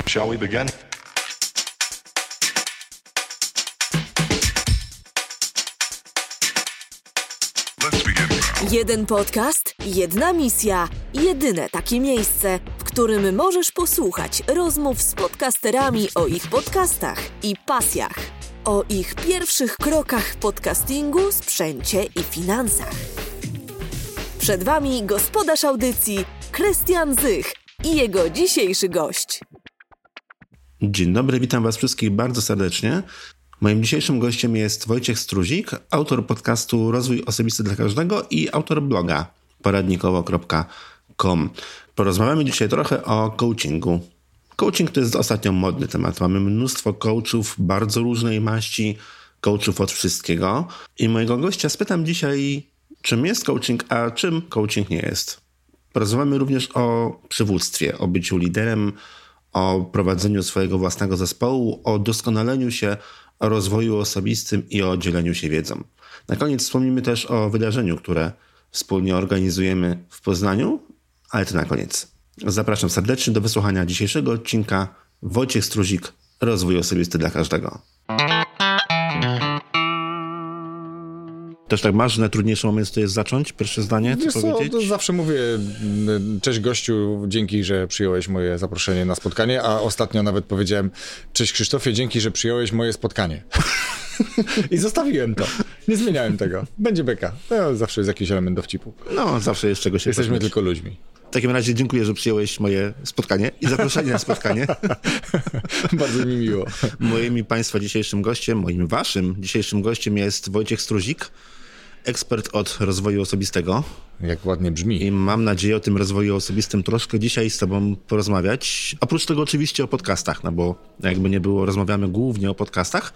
Shall we begin? Jeden podcast, jedna misja, jedyne takie miejsce, w którym możesz posłuchać rozmów z podcasterami o ich podcastach i pasjach, o ich pierwszych krokach w podcastingu, sprzęcie i finansach. Przed Wami gospodarz audycji Krystian Zych i jego dzisiejszy gość. Dzień dobry, witam Was wszystkich bardzo serdecznie. Moim dzisiejszym gościem jest Wojciech Struzik, autor podcastu Rozwój Osobisty dla Każdego i autor bloga poradnikowo.com. Porozmawiamy dzisiaj trochę o coachingu. Coaching to jest ostatnio modny temat. Mamy mnóstwo coachów bardzo różnej maści, coachów od wszystkiego. I mojego gościa spytam dzisiaj, czym jest coaching, a czym coaching nie jest. Porozmawiamy również o przywództwie, o byciu liderem, o prowadzeniu swojego własnego zespołu, o doskonaleniu się, o rozwoju osobistym i o dzieleniu się wiedzą. Na koniec wspomnimy też o wydarzeniu, które wspólnie organizujemy w Poznaniu, ale to na koniec. Zapraszam serdecznie do wysłuchania dzisiejszego odcinka Wojciech Struzik, Rozwój Osobisty dla Każdego. Też tak masz, że najtrudniejszy moment to jest zacząć? Pierwsze zdanie, co powiedzieć? To zawsze mówię, cześć gościu, dzięki, że przyjąłeś moje zaproszenie na spotkanie, a ostatnio nawet powiedziałem, cześć Krzysztofie, dzięki, że przyjąłeś moje spotkanie. I zostawiłem to. Nie zmieniałem tego. Będzie beka. To zawsze jest jakiś element dowcipu. No, zawsze jest czego się Jesteśmy pośmiać. tylko ludźmi. W takim razie dziękuję, że przyjąłeś moje spotkanie i zaproszenie na spotkanie. Bardzo mi miło. Moim Państwa dzisiejszym gościem, waszym dzisiejszym gościem jest Wojciech Struzik, ekspert od rozwoju osobistego. Jak ładnie brzmi. I mam nadzieję o tym rozwoju osobistym troszkę dzisiaj z Tobą porozmawiać. Oprócz tego oczywiście o podcastach, no bo jakby nie było, rozmawiamy głównie o podcastach,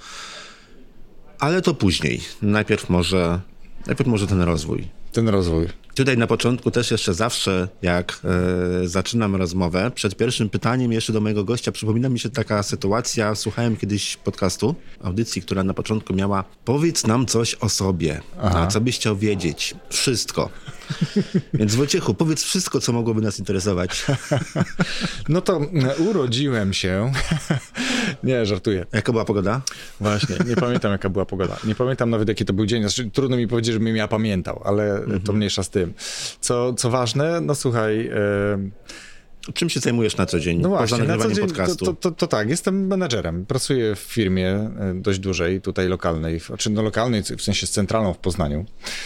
ale to później. Najpierw może ten rozwój. Ten rozwój. Tutaj na początku też jeszcze zawsze, jak zaczynam rozmowę, przed pierwszym pytaniem jeszcze do mojego gościa przypomina mi się taka sytuacja. Słuchałem kiedyś podcastu, audycji, która na początku miała powiedz nam coś o sobie. A co byś chciał wiedzieć? Wszystko. Więc Wojciechu, powiedz wszystko, co mogłoby nas interesować. No to urodziłem się. Nie, żartuję. Jaka była pogoda? Właśnie, nie pamiętam jaka była pogoda. Nie pamiętam nawet jaki to był dzień. Znaczy, trudno mi powiedzieć, żebym ja pamiętał, ale to mniejsza z tym. Co ważne, no słuchaj... Czym się zajmujesz na co dzień? No właśnie, poza nagrywaniem na co dzień, podcastu? To tak, jestem menedżerem. Pracuję w firmie dość dużej, tutaj lokalnej, lokalnej, w sensie z centralą w Poznaniu.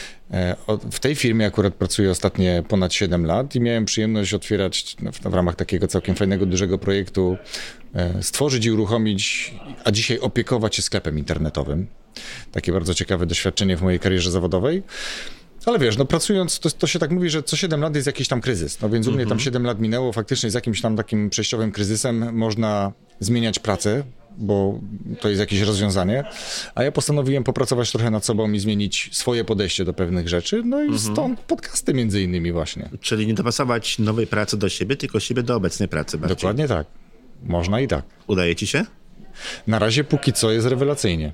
W tej firmie akurat pracuję ostatnie ponad 7 lat i miałem przyjemność otwierać w ramach takiego całkiem fajnego, dużego projektu, stworzyć i uruchomić, a dzisiaj opiekować się sklepem internetowym. Takie bardzo ciekawe doświadczenie w mojej karierze zawodowej. Ale wiesz, no pracując, to się tak mówi, że co 7 lat jest jakiś tam kryzys. No więc u mnie tam 7 lat minęło, faktycznie z jakimś tam takim przejściowym kryzysem można zmieniać pracę, bo to jest jakieś rozwiązanie. A ja postanowiłem popracować trochę nad sobą i zmienić swoje podejście do pewnych rzeczy. No i stąd podcasty między innymi właśnie. Czyli nie dopasować nowej pracy do siebie, tylko siebie do obecnej pracy bardziej. Dokładnie tak. Można i tak. Udaje ci się? Na razie póki co jest rewelacyjnie.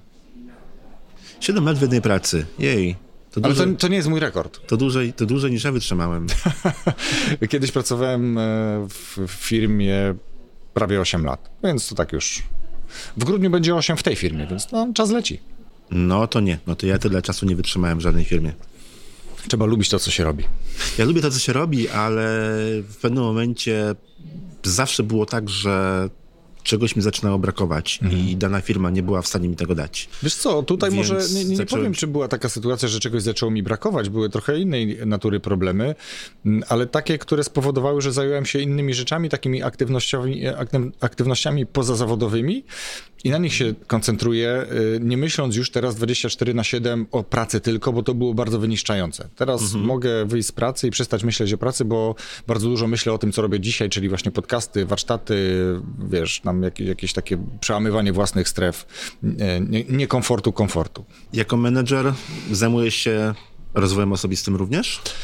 7 lat w jednej pracy. Jej. Ale to nie jest mój rekord. To dłużej niż ja wytrzymałem. Kiedyś pracowałem w firmie prawie 8 lat, więc to tak już... W grudniu będzie 8 w tej firmie, więc no, czas leci. No to nie. No to ja tyle czasu nie wytrzymałem w żadnej firmie. Trzeba lubić to, co się robi. Ja lubię to, co się robi, ale w pewnym momencie zawsze było tak, że czegoś mi zaczynało brakować i dana firma nie była w stanie mi tego dać. Wiesz co, tutaj Więc może nie powiem, czy była taka sytuacja, że czegoś zaczęło mi brakować. Były trochę innej natury problemy, ale takie, które spowodowały, że zająłem się innymi rzeczami, takimi aktywnościami pozazawodowymi i na nich się koncentruję, nie myśląc już teraz 24/7 o pracy tylko, bo to było bardzo wyniszczające. Teraz mogę wyjść z pracy i przestać myśleć o pracy, bo bardzo dużo myślę o tym, co robię dzisiaj, czyli właśnie podcasty, warsztaty, wiesz, nam jakieś takie przełamywanie własnych stref, nie komfortu. Jako menedżer zajmujesz się rozwojem osobistym również?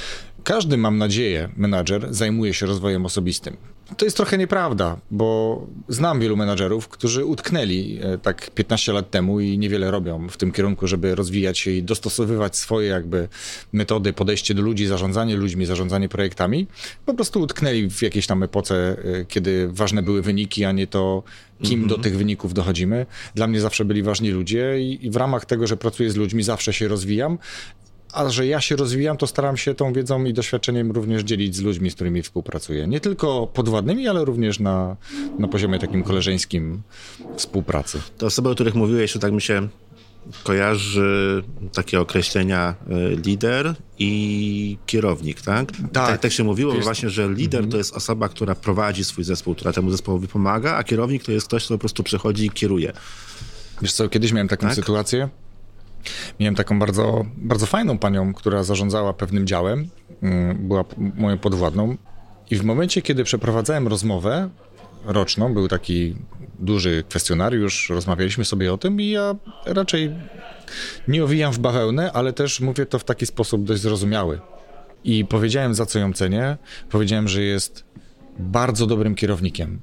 każdy, mam nadzieję, menadżer zajmuje się rozwojem osobistym. To jest trochę nieprawda, bo znam wielu menadżerów, którzy utknęli tak 15 lat temu i niewiele robią w tym kierunku, żeby rozwijać się i dostosowywać swoje jakby metody, podejście do ludzi, zarządzanie ludźmi, zarządzanie projektami. Po prostu utknęli w jakiejś tam epoce, kiedy ważne były wyniki, a nie to, kim do tych wyników dochodzimy. Dla mnie zawsze byli ważni ludzie i w ramach tego, że pracuję z ludźmi, zawsze się rozwijam. A że ja się rozwijam, to staram się tą wiedzą i doświadczeniem również dzielić z ludźmi, z którymi współpracuję. Nie tylko podwładnymi, ale również na poziomie takim koleżeńskim współpracy. Te osoby, o których mówiłeś, to tak mi się kojarzy takie określenia lider i kierownik, tak? Tak się mówiło właśnie, że lider to jest osoba, która prowadzi swój zespół, która temu zespołowi pomaga, a kierownik to jest ktoś, kto po prostu przychodzi i kieruje. Wiesz co, kiedyś miałem taką sytuację. Miałem taką bardzo, bardzo fajną panią, która zarządzała pewnym działem, była moją podwładną i w momencie, kiedy przeprowadzałem rozmowę roczną, był taki duży kwestionariusz, rozmawialiśmy sobie o tym i ja raczej nie owijam w bawełnę, ale też mówię to w taki sposób dość zrozumiały. I powiedziałem, za co ją cenię, powiedziałem, że jest bardzo dobrym kierownikiem,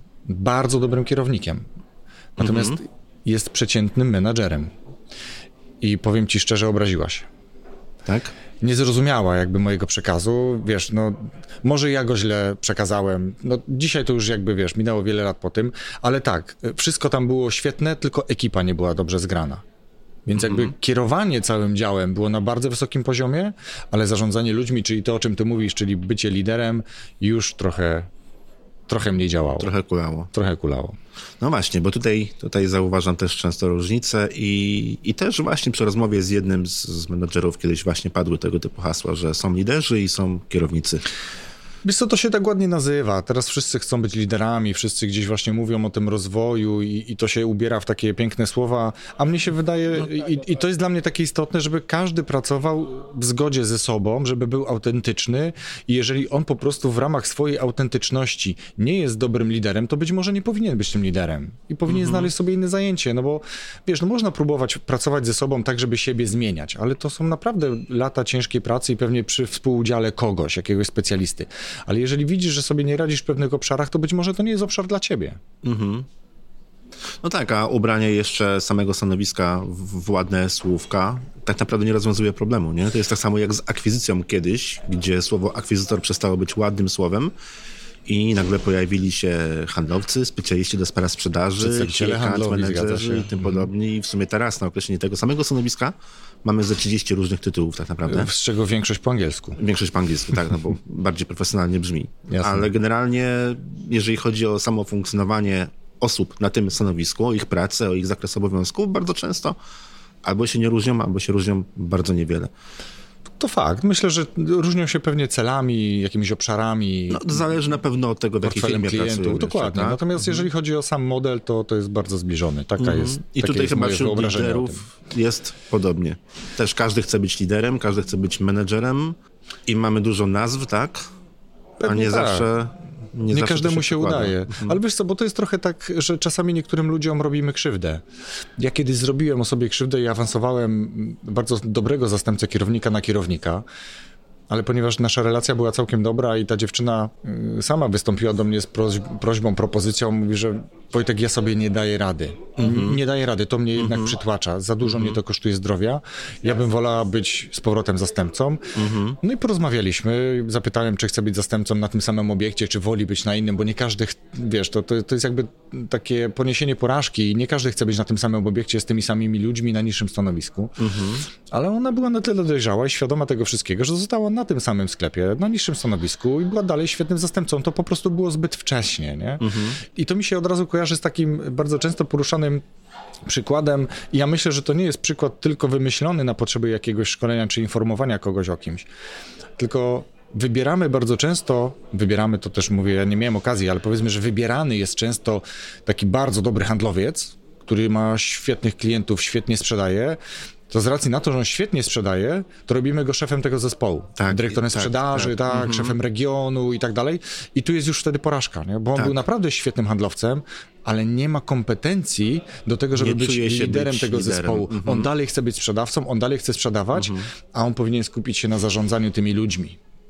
natomiast jest przeciętnym menadżerem. I powiem ci szczerze, obraziła się. Tak? Nie zrozumiała jakby mojego przekazu, wiesz, no może ja go źle przekazałem, no dzisiaj to już jakby, wiesz, minęło wiele lat po tym, ale tak, wszystko tam było świetne, tylko ekipa nie była dobrze zgrana. Więc jakby kierowanie całym działem było na bardzo wysokim poziomie, ale zarządzanie ludźmi, czyli to, o czym ty mówisz, czyli bycie liderem, już trochę mniej działało. Trochę kulało. No właśnie, bo tutaj zauważam też często różnice i też właśnie przy rozmowie z jednym z menedżerów kiedyś właśnie padły tego typu hasła, że są liderzy i są kierownicy. Wiesz co, to się tak ładnie nazywa. Teraz wszyscy chcą być liderami, wszyscy gdzieś właśnie mówią o tym rozwoju i to się ubiera w takie piękne słowa, a mnie się wydaje, i to jest dla mnie takie istotne, żeby każdy pracował w zgodzie ze sobą, żeby był autentyczny i jeżeli on po prostu w ramach swojej autentyczności nie jest dobrym liderem, to być może nie powinien być tym liderem i powinien znaleźć sobie inne zajęcie, no bo wiesz, no można próbować pracować ze sobą tak, żeby siebie zmieniać, ale to są naprawdę lata ciężkiej pracy i pewnie przy współudziale kogoś, jakiegoś specjalisty. Ale jeżeli widzisz, że sobie nie radzisz w pewnych obszarach, to być może to nie jest obszar dla ciebie. No tak, a ubranie jeszcze samego stanowiska w ładne słówka tak naprawdę nie rozwiązuje problemu, nie? To jest tak samo jak z akwizycją kiedyś, gdzie słowo akwizytor przestało być ładnym słowem i nagle pojawili się handlowcy, specjaliści do spraw sprzedaży, menedżerzy i tym podobni. I w sumie teraz na określenie tego samego stanowiska mamy ze 30 różnych tytułów tak naprawdę. Z czego większość po angielsku. Większość po angielsku, tak, no bo bardziej profesjonalnie brzmi. Jasne. Ale generalnie, jeżeli chodzi o samo funkcjonowanie osób na tym stanowisku, o ich pracę, o ich zakres obowiązków, bardzo często albo się nie różnią, albo się różnią bardzo niewiele. To fakt. Myślę, że różnią się pewnie celami, jakimiś obszarami. No, to zależy na pewno od tego, w jakiej firmie pracują. Dokładnie. Tak? Natomiast jeżeli chodzi o sam model, to jest bardzo zbliżony. Taka jest. I tutaj chyba wśród liderów jest podobnie. Też każdy chce być liderem, każdy chce być menedżerem i mamy dużo nazw, tak? Pewnie a nie tak. zawsze... Nie każdemu się udaje. Ale wiesz co, bo to jest trochę tak, że czasami niektórym ludziom robimy krzywdę. Ja kiedyś zrobiłem osobie krzywdę i awansowałem bardzo dobrego zastępcę kierownika na kierownika, ale ponieważ nasza relacja była całkiem dobra i ta dziewczyna sama wystąpiła do mnie z prośbą, propozycją, mówi, że Wojtek, ja sobie nie daję rady. Nie daję rady, to mnie jednak przytłacza. Za dużo mnie to kosztuje zdrowia. Ja bym wolała być z powrotem zastępcą. No i porozmawialiśmy. Zapytałem, czy chce być zastępcą na tym samym obiekcie, czy woli być na innym, bo nie każdy, wiesz, to jest jakby takie poniesienie porażki i nie każdy chce być na tym samym obiekcie z tymi samymi ludźmi na niższym stanowisku. Ale ona była na tyle dojrzała i świadoma tego wszystkiego, że została na tym samym sklepie, na niższym stanowisku i była dalej świetnym zastępcą. To po prostu było zbyt wcześnie, nie? I to mi się od razu kojarzy z takim bardzo często poruszanym przykładem. I ja myślę, że to nie jest przykład tylko wymyślony na potrzeby jakiegoś szkolenia czy informowania kogoś o kimś, tylko bardzo często, to też mówię, ja nie miałem okazji, ale powiedzmy, że wybierany jest często taki bardzo dobry handlowiec, który ma świetnych klientów, świetnie sprzedaje, to z racji na to, że on świetnie sprzedaje, to robimy go szefem tego zespołu. Tak, dyrektorem sprzedaży, szefem regionu i tak dalej. I tu jest już wtedy porażka, nie? Bo on był naprawdę świetnym handlowcem, ale nie ma kompetencji do tego, żeby być liderem tego zespołu. On dalej chce być sprzedawcą, on dalej chce sprzedawać, a on powinien skupić się na zarządzaniu tymi ludźmi.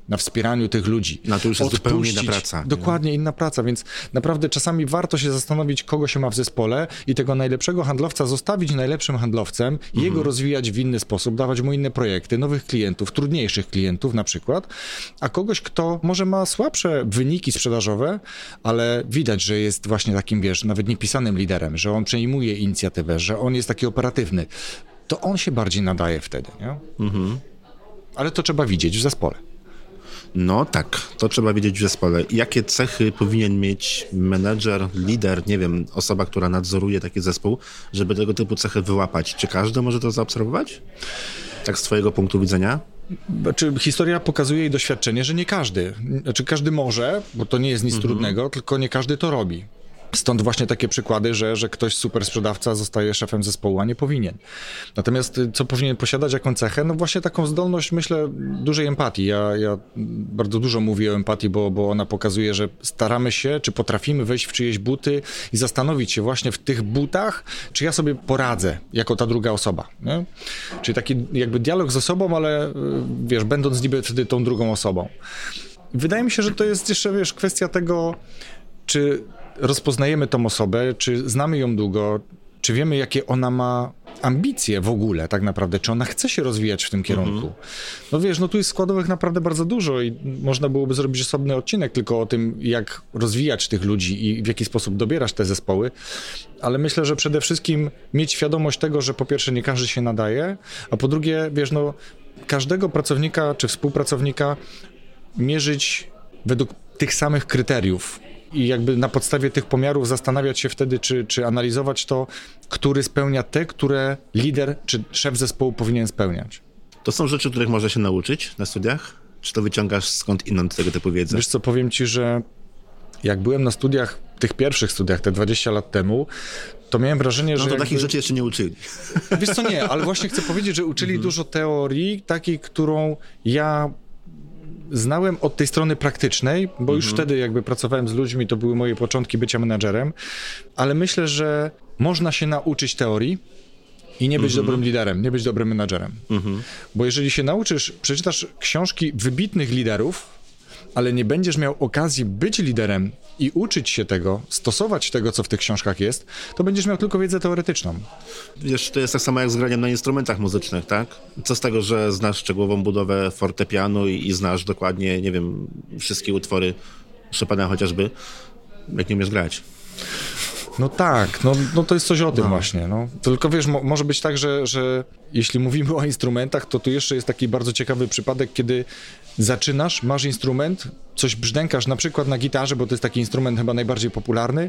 na wspieraniu tych ludzi. No to już jest zupełnie inna praca. Dokładnie inna praca, więc naprawdę czasami warto się zastanowić, kogo się ma w zespole i tego najlepszego handlowca zostawić najlepszym handlowcem, jego rozwijać w inny sposób, dawać mu inne projekty, nowych klientów, trudniejszych klientów na przykład, a kogoś, kto może ma słabsze wyniki sprzedażowe, ale widać, że jest właśnie takim, nawet niepisanym liderem, że on przejmuje inicjatywę, że on jest taki operatywny, to on się bardziej nadaje wtedy, nie? Ale to trzeba widzieć w zespole. No tak, to trzeba wiedzieć w zespole. Jakie cechy powinien mieć menedżer, lider, nie wiem, osoba, która nadzoruje taki zespół, żeby tego typu cechy wyłapać? Czy każdy może to zaobserwować? Tak z twojego punktu widzenia? Historia pokazuje i doświadczenie, że nie każdy. Każdy może, bo to nie jest nic trudnego, tylko nie każdy to robi. Stąd właśnie takie przykłady, że ktoś super sprzedawca zostaje szefem zespołu, a nie powinien. Natomiast co powinien posiadać, jaką cechę? No właśnie taką zdolność, myślę, dużej empatii. Ja bardzo dużo mówię o empatii, bo ona pokazuje, że staramy się, czy potrafimy wejść w czyjeś buty i zastanowić się właśnie w tych butach, czy ja sobie poradzę jako ta druga osoba. Nie? Czyli taki jakby dialog z osobą, ale będąc niby wtedy tą drugą osobą. Wydaje mi się, że to jest jeszcze, kwestia tego, czy rozpoznajemy tą osobę, czy znamy ją długo, czy wiemy, jakie ona ma ambicje w ogóle tak naprawdę, czy ona chce się rozwijać w tym kierunku. No tu jest składowych naprawdę bardzo dużo i można byłoby zrobić osobny odcinek tylko o tym, jak rozwijać tych ludzi i w jaki sposób dobierać te zespoły, ale myślę, że przede wszystkim mieć świadomość tego, że po pierwsze nie każdy się nadaje, a po drugie, każdego pracownika czy współpracownika mierzyć według tych samych kryteriów. I jakby na podstawie tych pomiarów zastanawiać się wtedy, czy analizować to, który spełnia te, które lider czy szef zespołu powinien spełniać. To są rzeczy, których można się nauczyć na studiach? Czy to wyciągasz skąd inąd tego typu wiedzę? Wiesz co, powiem ci, że jak byłem na studiach, tych pierwszych studiach, te 20 lat temu, to miałem wrażenie, że... No to takich rzeczy jeszcze nie uczyli. Wiesz co, nie, ale właśnie chcę powiedzieć, że uczyli dużo teorii, takiej, którą ja znałem od tej strony praktycznej, bo już wtedy jakby pracowałem z ludźmi, to były moje początki bycia menadżerem, ale myślę, że można się nauczyć teorii i nie być dobrym liderem, nie być dobrym menadżerem. Bo jeżeli się nauczysz, przeczytasz książki wybitnych liderów, ale nie będziesz miał okazji być liderem i uczyć się tego, stosować tego, co w tych książkach jest, to będziesz miał tylko wiedzę teoretyczną. Wiesz, to jest tak samo jak z graniem na instrumentach muzycznych, tak? Co z tego, że znasz szczegółową budowę fortepianu i znasz dokładnie, nie wiem, wszystkie utwory Chopina chociażby, jak nie umiesz grać. No tak, no to jest coś o tym właśnie. No. Tylko wiesz, może być tak, że jeśli mówimy o instrumentach, to tu jeszcze jest taki bardzo ciekawy przypadek, kiedy zaczynasz, masz instrument, coś brzdękasz na przykład na gitarze, bo to jest taki instrument chyba najbardziej popularny,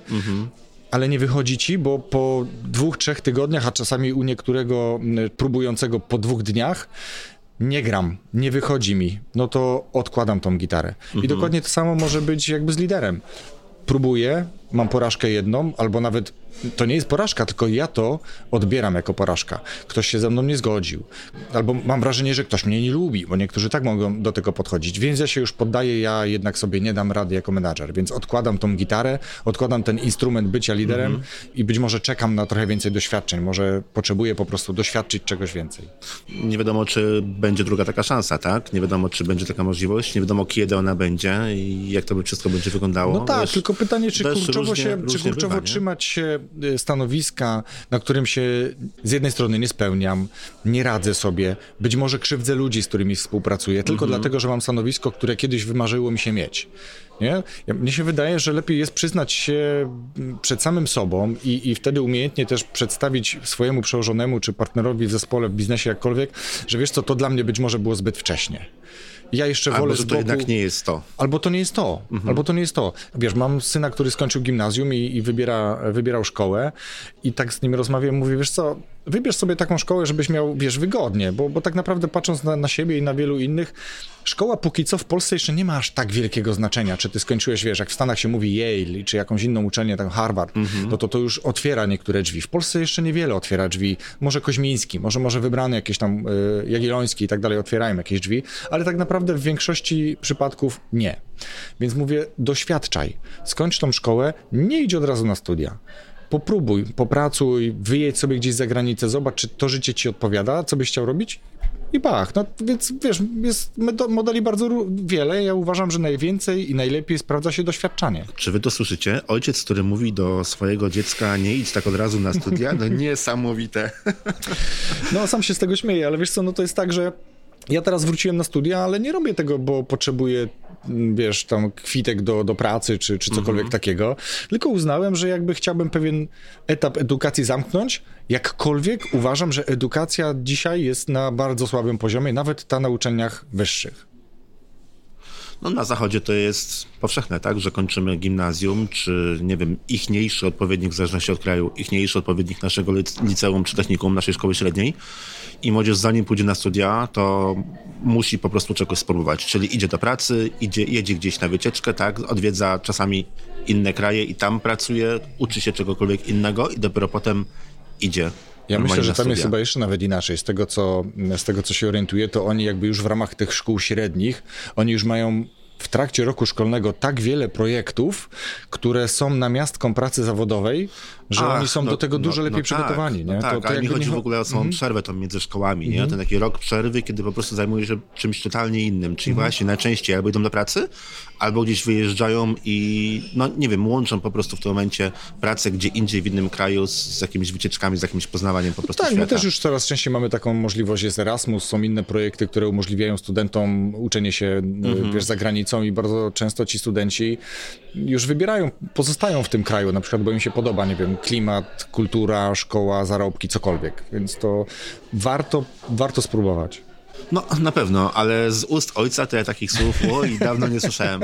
ale nie wychodzi ci, bo po 2-3 tygodniach, a czasami u niektórego próbującego po 2 dniach, nie gram, nie wychodzi mi, no to odkładam tą gitarę. I dokładnie to samo może być jakby z liderem. Próbuję, mam porażkę jedną, albo nawet to nie jest porażka, tylko ja to odbieram jako porażka. Ktoś się ze mną nie zgodził. Albo mam wrażenie, że ktoś mnie nie lubi, bo niektórzy tak mogą do tego podchodzić. Więc ja się już poddaję, ja jednak sobie nie dam rady jako menadżer. Więc odkładam tą gitarę, odkładam ten instrument bycia liderem i być może czekam na trochę więcej doświadczeń. Może potrzebuję po prostu doświadczyć czegoś więcej. Nie wiadomo, czy będzie druga taka szansa, tak? Nie wiadomo, czy będzie taka możliwość. Nie wiadomo, kiedy ona będzie i jak to wszystko będzie wyglądało. No tak, tylko pytanie, czy kurczowo trzymać się stanowiska, na którym się z jednej strony nie spełniam, nie radzę sobie, być może krzywdzę ludzi, z którymi współpracuję, tylko dlatego, że mam stanowisko, które kiedyś wymarzyło mi się mieć. Nie? Mnie się wydaje, że lepiej jest przyznać się przed samym sobą i wtedy umiejętnie też przedstawić swojemu przełożonemu czy partnerowi w zespole, w biznesie, jakkolwiek, że wiesz co, to dla mnie być może było zbyt wcześnie. Ja jeszcze wolę z boku... to jednak nie jest to. Albo to nie jest to. Albo to nie jest to. Wiesz, mam syna, który skończył gimnazjum i wybierał szkołę i tak z nim rozmawiam, mówię, wiesz co, wybierz sobie taką szkołę, żebyś miał, wiesz, wygodnie, bo tak naprawdę patrząc na siebie i na wielu innych, szkoła póki co w Polsce jeszcze nie ma aż tak wielkiego znaczenia, czy ty skończyłeś, wiesz, jak w Stanach się mówi Yale, czy jakąś inną uczelnię, tak Harvard, to już otwiera niektóre drzwi. W Polsce jeszcze niewiele otwiera drzwi. Może Koźmiński, może wybrany jakieś tam Jagielloński i tak dalej otwierają jakieś drzwi, ale tak naprawdę w większości przypadków nie. Więc mówię, doświadczaj, skończ tą szkołę, nie idź od razu na studia. Popróbuj, popracuj, wyjedź sobie gdzieś za granicę, zobacz, czy to życie ci odpowiada, co byś chciał robić i bach. No więc wiesz, jest modeli bardzo wiele. Ja uważam, że najwięcej i najlepiej sprawdza się doświadczanie. Czy wy to słyszycie? Ojciec, który mówi do swojego dziecka, nie idź tak od razu na studia, no niesamowite. No sam się z tego śmieję, ale wiesz co, no to jest tak, że ja teraz wróciłem na studia, ale nie robię tego, bo potrzebuję, wiesz, tam kwitek do pracy, czy cokolwiek takiego, tylko uznałem, że jakby chciałbym pewien etap edukacji zamknąć, jakkolwiek uważam, że edukacja dzisiaj jest na bardzo słabym poziomie, nawet ta na uczelniach wyższych. No na zachodzie to jest powszechne, tak, że kończymy gimnazjum, czy nie wiem, ichniejszy odpowiednik w zależności od kraju, ichniejszy odpowiednik naszego liceum czy technikum, naszej szkoły średniej i młodzież zanim pójdzie na studia, to musi po prostu czegoś spróbować, czyli idzie do pracy, jedzie gdzieś na wycieczkę, tak, odwiedza czasami inne kraje i tam pracuje, uczy się czegokolwiek innego i dopiero potem idzie. Ja myślę, że tam jest chyba jeszcze nawet inaczej. Z tego, co się orientuję, to oni jakby już w ramach tych szkół średnich, oni już mają w trakcie roku szkolnego tak wiele projektów, które są namiastką pracy zawodowej, że oni są do tego dużo lepiej przygotowani. Tak, nie? Tak, ale mi chodzi w ogóle o samą przerwę tą między szkołami, nie? Ten taki rok przerwy, kiedy po prostu zajmują się czymś totalnie innym, czyli właśnie najczęściej albo idą do pracy, albo gdzieś wyjeżdżają i, no nie wiem, łączą po prostu w tym momencie pracę gdzie indziej w innym kraju z jakimiś wycieczkami, z jakimś poznawaniem po prostu świata. My też już coraz częściej mamy taką możliwość, jest Erasmus, są inne projekty, które umożliwiają studentom uczenie się, wiesz, za granicą i bardzo często ci studenci już wybierają, pozostają w tym kraju, na przykład, bo im się podoba, nie wiem, klimat, kultura, szkoła, zarobki, cokolwiek, więc to warto spróbować. No, na pewno, ale z ust ojca to ja takich słów dawno nie słyszałem.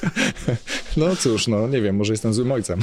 No cóż, no nie wiem, może jestem złym ojcem.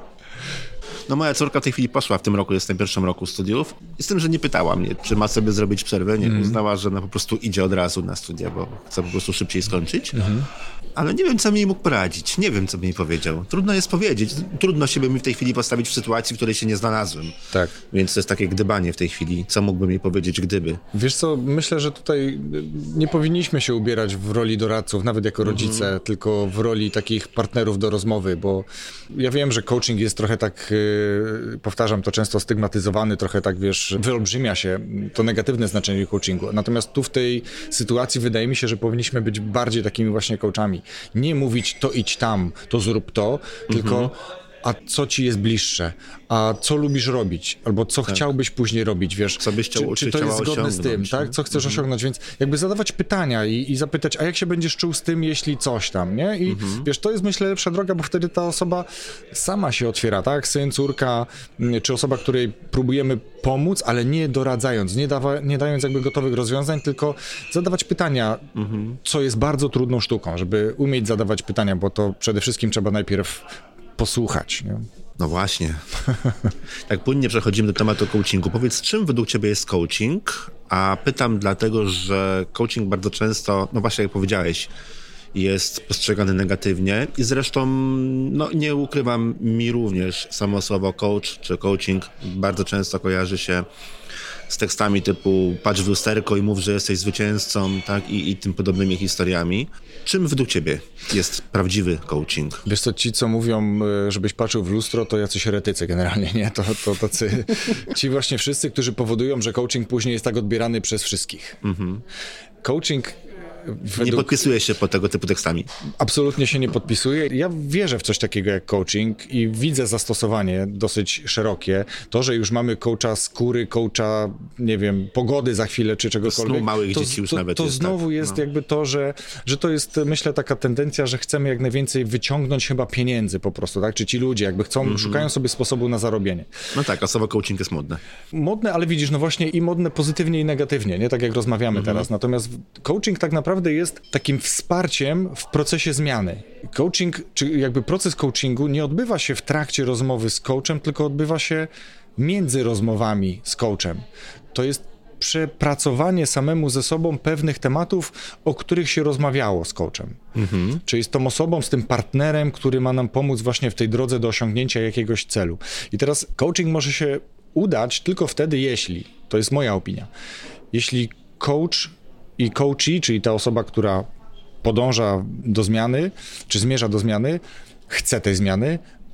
No moja córka w tej chwili poszła w tym roku, jest w tym pierwszym roku studiów. I z tym, że nie pytała mnie, czy ma sobie zrobić przerwę, nie, uznała, że ona po prostu idzie od razu na studia, bo chce po prostu szybciej skończyć. Ale nie wiem, co mi mógł poradzić, nie wiem, co mi powiedział. Trudno jest powiedzieć, trudno się by mi w tej chwili postawić w sytuacji, w której się nie znalazłem. Tak. Więc to jest takie gdybanie w tej chwili, co mógłbym jej powiedzieć, gdyby. Wiesz co, myślę, że tutaj nie powinniśmy się ubierać w roli doradców, nawet jako rodzice, tylko w roli takich partnerów do rozmowy, bo ja wiem, że coaching jest trochę tak, powtarzam to często, stygmatyzowany, trochę tak, wiesz, wyolbrzymia się to negatywne znaczenie coachingu. Natomiast tu w tej sytuacji wydaje mi się, że powinniśmy być bardziej takimi właśnie coachami. Nie mówić to idź tam, to zrób to, tylko a co ci jest bliższe, a co lubisz robić, albo co chciałbyś później robić, wiesz, co byś chciał czy to jest zgodne z tym, tak? Co chcesz osiągnąć, więc jakby zadawać pytania i zapytać, a jak się będziesz czuł z tym, jeśli coś tam, nie? I wiesz, to jest myślę lepsza droga, bo wtedy ta osoba sama się otwiera, tak? Syn, córka, czy osoba, której próbujemy pomóc, ale nie doradzając, nie dając jakby gotowych rozwiązań, tylko zadawać pytania, co jest bardzo trudną sztuką, żeby umieć zadawać pytania, bo to przede wszystkim trzeba najpierw posłuchać. Nie? No właśnie. Tak płynnie przechodzimy do tematu coachingu. Powiedz, czym według ciebie jest coaching? A pytam dlatego, że coaching bardzo często, no właśnie jak powiedziałeś, jest postrzegany negatywnie i zresztą, no nie ukrywam, mi również samo słowo coach czy coaching bardzo często kojarzy się z tekstami typu patrz w lusterko i mów, że jesteś zwycięzcą, tak? I tym podobnymi historiami. Czym według ciebie jest prawdziwy coaching? Wiesz co, ci co mówią, żebyś patrzył w lustro, to jacyś heretycy generalnie, nie? To tacy, ci właśnie wszyscy, którzy powodują, że coaching później jest tak odbierany przez wszystkich. Coaching nie podpisuję się pod tego typu tekstami. Absolutnie się nie podpisuję. Ja wierzę w coś takiego jak coaching i widzę zastosowanie dosyć szerokie. To, że już mamy coacha skóry, coacha, nie wiem, pogody za chwilę, czy czegokolwiek. Snu małych dzieci już nawet to jest. Znowu tak, jest jakby to, że to jest, myślę, taka tendencja, że chcemy jak najwięcej wyciągnąć chyba pieniędzy po prostu, tak? Czy ci ludzie jakby szukają sobie sposobu na zarobienie. No tak, a słowo coaching jest modne. Modne, ale widzisz, no właśnie i modne pozytywnie i negatywnie, nie? Tak jak rozmawiamy teraz. Natomiast coaching tak naprawdę jest takim wsparciem w procesie zmiany. Coaching, czy jakby proces coachingu nie odbywa się w trakcie rozmowy z coachem, tylko odbywa się między rozmowami z coachem. To jest przepracowanie samemu ze sobą pewnych tematów, o których się rozmawiało z coachem. Czyli z tą osobą, z tym partnerem, który ma nam pomóc właśnie w tej drodze do osiągnięcia jakiegoś celu. I teraz coaching może się udać tylko wtedy, jeśli, to jest moja opinia, jeśli coach i coachee, czyli ta osoba, która podąża do zmiany, czy zmierza do zmiany, chce tej zmiany,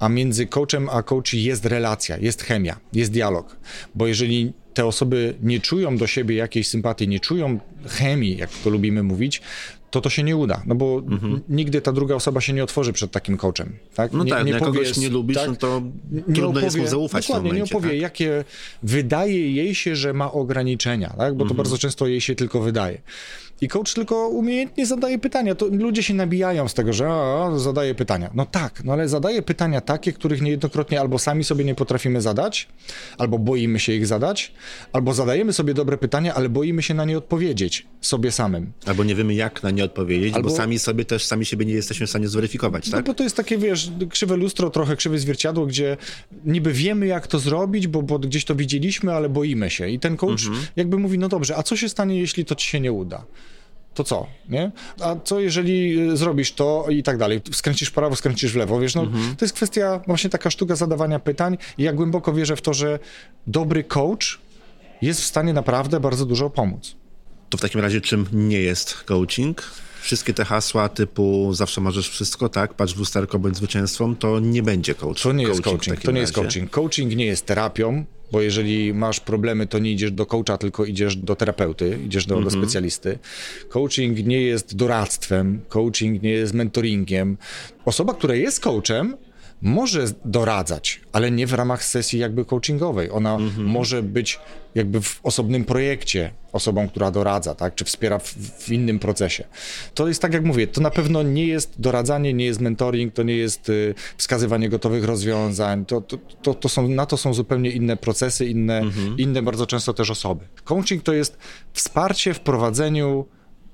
a między coachem a coach jest relacja, jest chemia, jest dialog, bo jeżeli te osoby nie czują do siebie jakiejś sympatii, nie czują chemii, jak to lubimy mówić, to się nie uda, no bo nigdy ta druga osoba się nie otworzy przed takim coachem, tak? No tak, jak kogoś nie lubisz, tak? No to trudno jest mu zaufać w tym momencie. Nie opowie, tak? Jakie wydaje jej się, że ma ograniczenia, tak? Bo to bardzo często jej się tylko wydaje. I coach tylko umiejętnie zadaje pytania. To ludzie się nabijają z tego, że zadaje pytania. No tak, no ale zadaje pytania takie, których niejednokrotnie albo sami sobie nie potrafimy zadać, albo boimy się ich zadać, albo zadajemy sobie dobre pytania, ale boimy się na nie odpowiedzieć sobie samym. Albo nie wiemy, jak na nie odpowiedzieć, bo sami siebie nie jesteśmy w stanie zweryfikować, tak? No bo to jest takie, wiesz, krzywe lustro, trochę krzywe zwierciadło, gdzie niby wiemy, jak to zrobić, bo gdzieś to widzieliśmy, ale boimy się. I ten coach jakby mówi, no dobrze, a co się stanie, jeśli to ci się nie uda? To co, nie? A co jeżeli zrobisz to i tak dalej? Skręcisz w prawo, skręcisz w lewo, wiesz, no to jest kwestia właśnie taka sztuka zadawania pytań i ja głęboko wierzę w to, że dobry coach jest w stanie naprawdę bardzo dużo pomóc. To w takim razie czym nie jest coaching? Wszystkie te hasła typu zawsze możesz wszystko, tak? Patrz w lusterko, bądź zwycięstwem, to nie będzie coaching. To nie jest coaching. To nie jest coaching. Coaching nie jest terapią, bo jeżeli masz problemy, to nie idziesz do coacha, tylko idziesz do terapeuty, idziesz do specjalisty. Coaching nie jest doradztwem, coaching nie jest mentoringiem. Osoba, która jest coachem, może doradzać, ale nie w ramach sesji jakby coachingowej. Ona może być jakby w osobnym projekcie osobą, która doradza, tak, czy wspiera w innym procesie. To jest tak, jak mówię, to na pewno nie jest doradzanie, nie jest mentoring, to nie jest wskazywanie gotowych rozwiązań, na to są zupełnie inne procesy, inne bardzo często też osoby. Coaching to jest wsparcie w prowadzeniu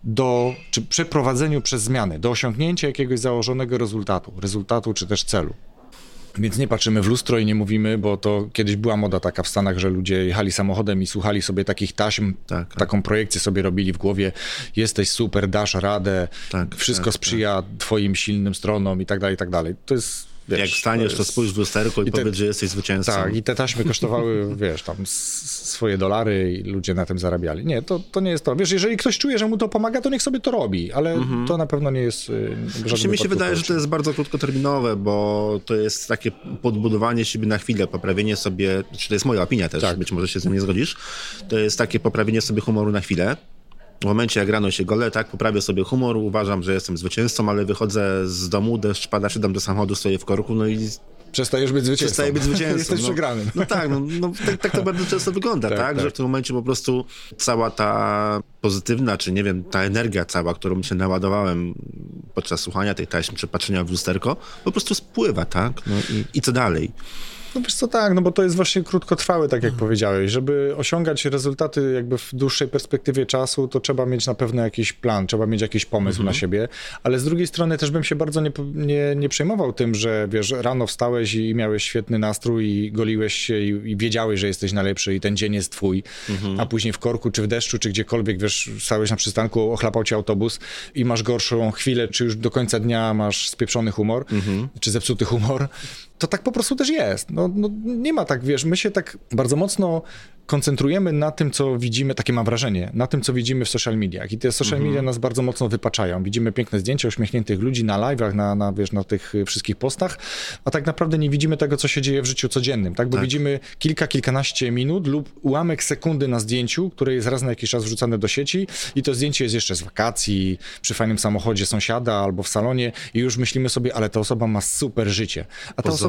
czy przeprowadzeniu przez zmiany, do osiągnięcia jakiegoś założonego rezultatu czy też celu. Więc nie patrzymy w lustro i nie mówimy, bo to kiedyś była moda taka w Stanach, że ludzie jechali samochodem i słuchali sobie takich taśm, taką projekcję sobie robili w głowie, jesteś super, dasz radę, wszystko sprzyja twoim silnym stronom i tak dalej. To jest... Wiesz, jak wstaniesz, to spójrz w lusterko i powiedz, że jesteś zwycięzcą. Tak, i te taśmy kosztowały, wiesz, tam swoje dolary i ludzie na tym zarabiali. Nie, to nie jest to. Wiesz, jeżeli ktoś czuje, że mu to pomaga, to niech sobie to robi, ale to na pewno nie jest mi się wydaje, że to jest bardzo krótkoterminowe, bo to jest takie podbudowanie siebie na chwilę, poprawienie sobie, czy to jest moja opinia też, być może się z tym nie zgodzisz, to jest takie poprawienie sobie humoru na chwilę. W momencie, jak rano się golę, tak, poprawię sobie humor, uważam, że jestem zwycięzcą, ale wychodzę z domu, deszcz pada, siadam do samochodu, stoję w korku, no i... Przestajesz być zwycięzcą. Przestaję być zwycięzcą. Jesteś przegranym. No tak, tak to bardzo często wygląda, tak? Że w tym momencie po prostu cała ta pozytywna, czy nie wiem, ta energia cała, którą się naładowałem podczas słuchania tej taśmy, czy patrzenia w lusterko, po prostu spływa, tak? No i co dalej? No wiesz co, tak, no bo to jest właśnie krótkotrwałe, tak jak powiedziałeś. Żeby osiągać rezultaty jakby w dłuższej perspektywie czasu, to trzeba mieć na pewno jakiś plan, trzeba mieć jakiś pomysł na siebie, ale z drugiej strony też bym się bardzo nie przejmował tym, że wiesz, rano wstałeś i miałeś świetny nastrój i goliłeś się i wiedziałeś, że jesteś najlepszy i ten dzień jest twój, a później w korku, czy w deszczu, czy gdziekolwiek, wiesz, stałeś na przystanku, ochlapał cię autobus i masz gorszą chwilę, czy już do końca dnia masz spieprzony humor, czy zepsuty humor, to tak po prostu też jest. No, nie ma tak, wiesz, my się tak bardzo mocno koncentrujemy na tym, co widzimy, takie mam wrażenie, na tym, co widzimy w social mediach. I te social media nas bardzo mocno wypaczają. Widzimy piękne zdjęcia uśmiechniętych ludzi na live'ach, wiesz, na tych wszystkich postach, a tak naprawdę nie widzimy tego, co się dzieje w życiu codziennym, tak? Bo widzimy kilkanaście minut lub ułamek sekundy na zdjęciu, które jest raz na jakiś czas wrzucane do sieci i to zdjęcie jest jeszcze z wakacji, przy fajnym samochodzie sąsiada albo w salonie i już myślimy sobie, ale ta osoba ma super życie. A ta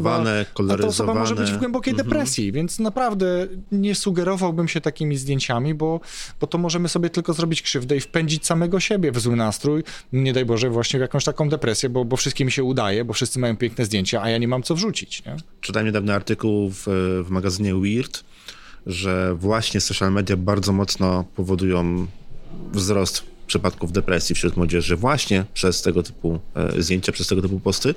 osoba może być w głębokiej depresji, więc naprawdę nie sugerowałbym się takimi zdjęciami, bo to możemy sobie tylko zrobić krzywdę i wpędzić samego siebie w zły nastrój, nie daj Boże, właśnie w jakąś taką depresję, bo wszystkim mi się udaje, bo wszyscy mają piękne zdjęcia, a ja nie mam co wrzucić. Nie? Czytałem niedawno artykuł w magazynie Weird, że właśnie social media bardzo mocno powodują wzrost przypadków depresji wśród młodzieży właśnie przez tego typu zdjęcia, przez tego typu posty.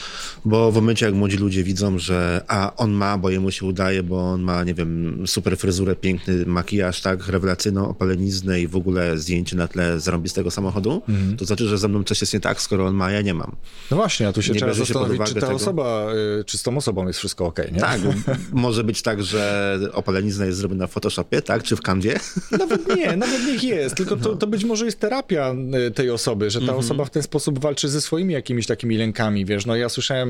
Bo w momencie, jak młodzi ludzie widzą, że on ma, bo jemu się udaje, bo on ma, nie wiem, super fryzurę, piękny makijaż, tak, rewelacyjną opaleniznę i w ogóle zdjęcie na tle zarąbistego samochodu, to znaczy, że ze mną coś jest nie tak, skoro on ma, ja nie mam. No właśnie, a tu się trzeba zastanowić, czy ta osoba, czy z tą osobą jest wszystko okej, nie? Tak, może być tak, że opalenizna jest zrobiona w Photoshopie, tak, czy w Canwie? Nawet niech jest, tylko to być może jest terapia tej osoby, że ta osoba w ten sposób walczy ze swoimi jakimiś takimi lękami, wiesz, no ja słyszałem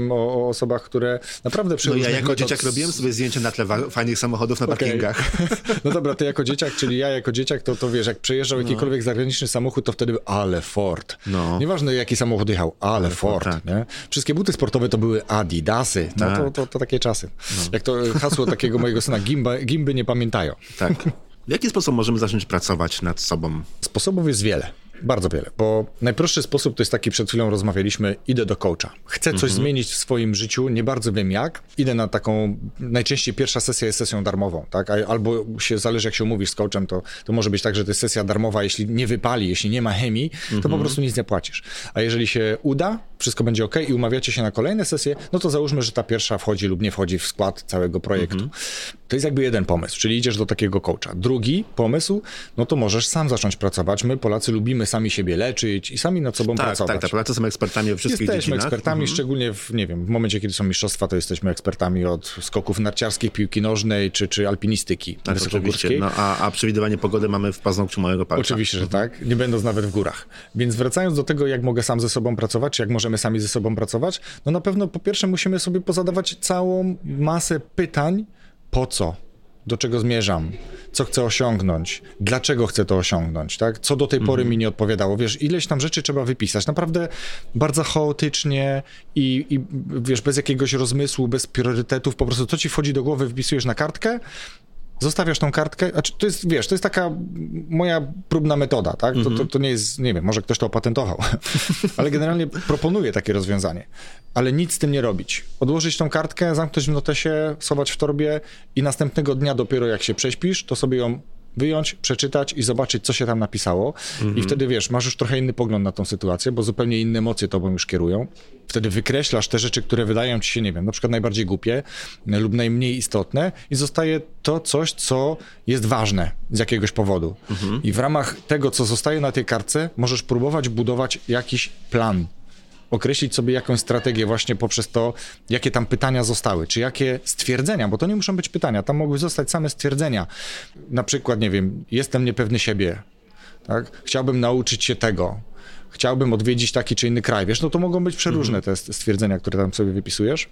mówiłem o osobach, które naprawdę przy ja jako dzieciak robiłem sobie zdjęcia na tle fajnych samochodów na parkingach. No dobra, ty jako dzieciak, czyli ja jako dzieciak, to wiesz, jak przejeżdżał jakikolwiek zagraniczny samochód, to wtedy ale Ford. Nieważne jaki samochód jechał, ale Ford. Tak. Nie? Wszystkie buty sportowe to były Adidasy. No to takie czasy. Jak to hasło takiego mojego syna, gimby nie pamiętają. Tak. W jaki sposób możemy zacząć pracować nad sobą? Sposobów jest wiele. Bardzo wiele, bo najprostszy sposób to jest taki, przed chwilą rozmawialiśmy, idę do coacha. Chcę coś zmienić w swoim życiu, nie bardzo wiem jak. Idę na taką, najczęściej pierwsza sesja jest sesją darmową, tak? Albo zależy jak się umówisz z coachem, to może być tak, że to jest sesja darmowa, jeśli nie wypali, jeśli nie ma chemii, to po prostu nic nie płacisz. A jeżeli się uda, wszystko będzie ok i umawiacie się na kolejne sesje, no to załóżmy, że ta pierwsza wchodzi lub nie wchodzi w skład całego projektu. To jest jakby jeden pomysł, czyli idziesz do takiego coacha. Drugi pomysł, no to możesz sam zacząć pracować. My Polacy lubimy sami siebie leczyć i sami nad sobą pracować. Tak, Polacy są ekspertami we wszystkich dziedzinach. Jesteśmy ekspertami, szczególnie w momencie, kiedy są mistrzostwa, to jesteśmy ekspertami od skoków narciarskich, piłki nożnej czy alpinistyki wysokogórskiej. No, a przewidywanie pogody mamy w paznokciu mojego palca. Oczywiście, że tak, nie będąc nawet w górach. Więc wracając do tego, jak mogę sam ze sobą pracować, czy jak możemy sami ze sobą pracować, no na pewno po pierwsze musimy sobie pozadawać całą masę pytań, po co? Do czego zmierzam, co chcę osiągnąć, dlaczego chcę to osiągnąć, tak? Co do tej pory mi nie odpowiadało. Wiesz, ileś tam rzeczy trzeba wypisać. Naprawdę bardzo chaotycznie i wiesz, bez jakiegoś rozmysłu, bez priorytetów, po prostu co ci wchodzi do głowy, wypisujesz na kartkę, zostawiasz tą kartkę, to jest, wiesz, to jest taka moja próbna metoda, tak? To nie jest, nie wiem, może ktoś to opatentował, ale generalnie proponuję takie rozwiązanie. Ale nic z tym nie robić. Odłożyć tą kartkę, zamknąć w notesie, schować w torbie i następnego dnia dopiero jak się prześpisz, to sobie ją wyjąć, przeczytać i zobaczyć, co się tam napisało. I wtedy, wiesz, masz już trochę inny pogląd na tą sytuację, bo zupełnie inne emocje tobą już kierują. Wtedy wykreślasz te rzeczy, które wydają ci się, nie wiem, na przykład najbardziej głupie lub najmniej istotne i zostaje to coś, co jest ważne z jakiegoś powodu. I w ramach tego, co zostaje na tej kartce, możesz próbować budować jakiś plan. Określić sobie jakąś strategię właśnie poprzez to, jakie tam pytania zostały, czy jakie stwierdzenia, bo to nie muszą być pytania, tam mogły zostać same stwierdzenia. Na przykład, nie wiem, jestem niepewny siebie, tak? Chciałbym nauczyć się tego, chciałbym odwiedzić taki czy inny kraj, wiesz, no to mogą być przeróżne te stwierdzenia, które tam sobie wypisujesz.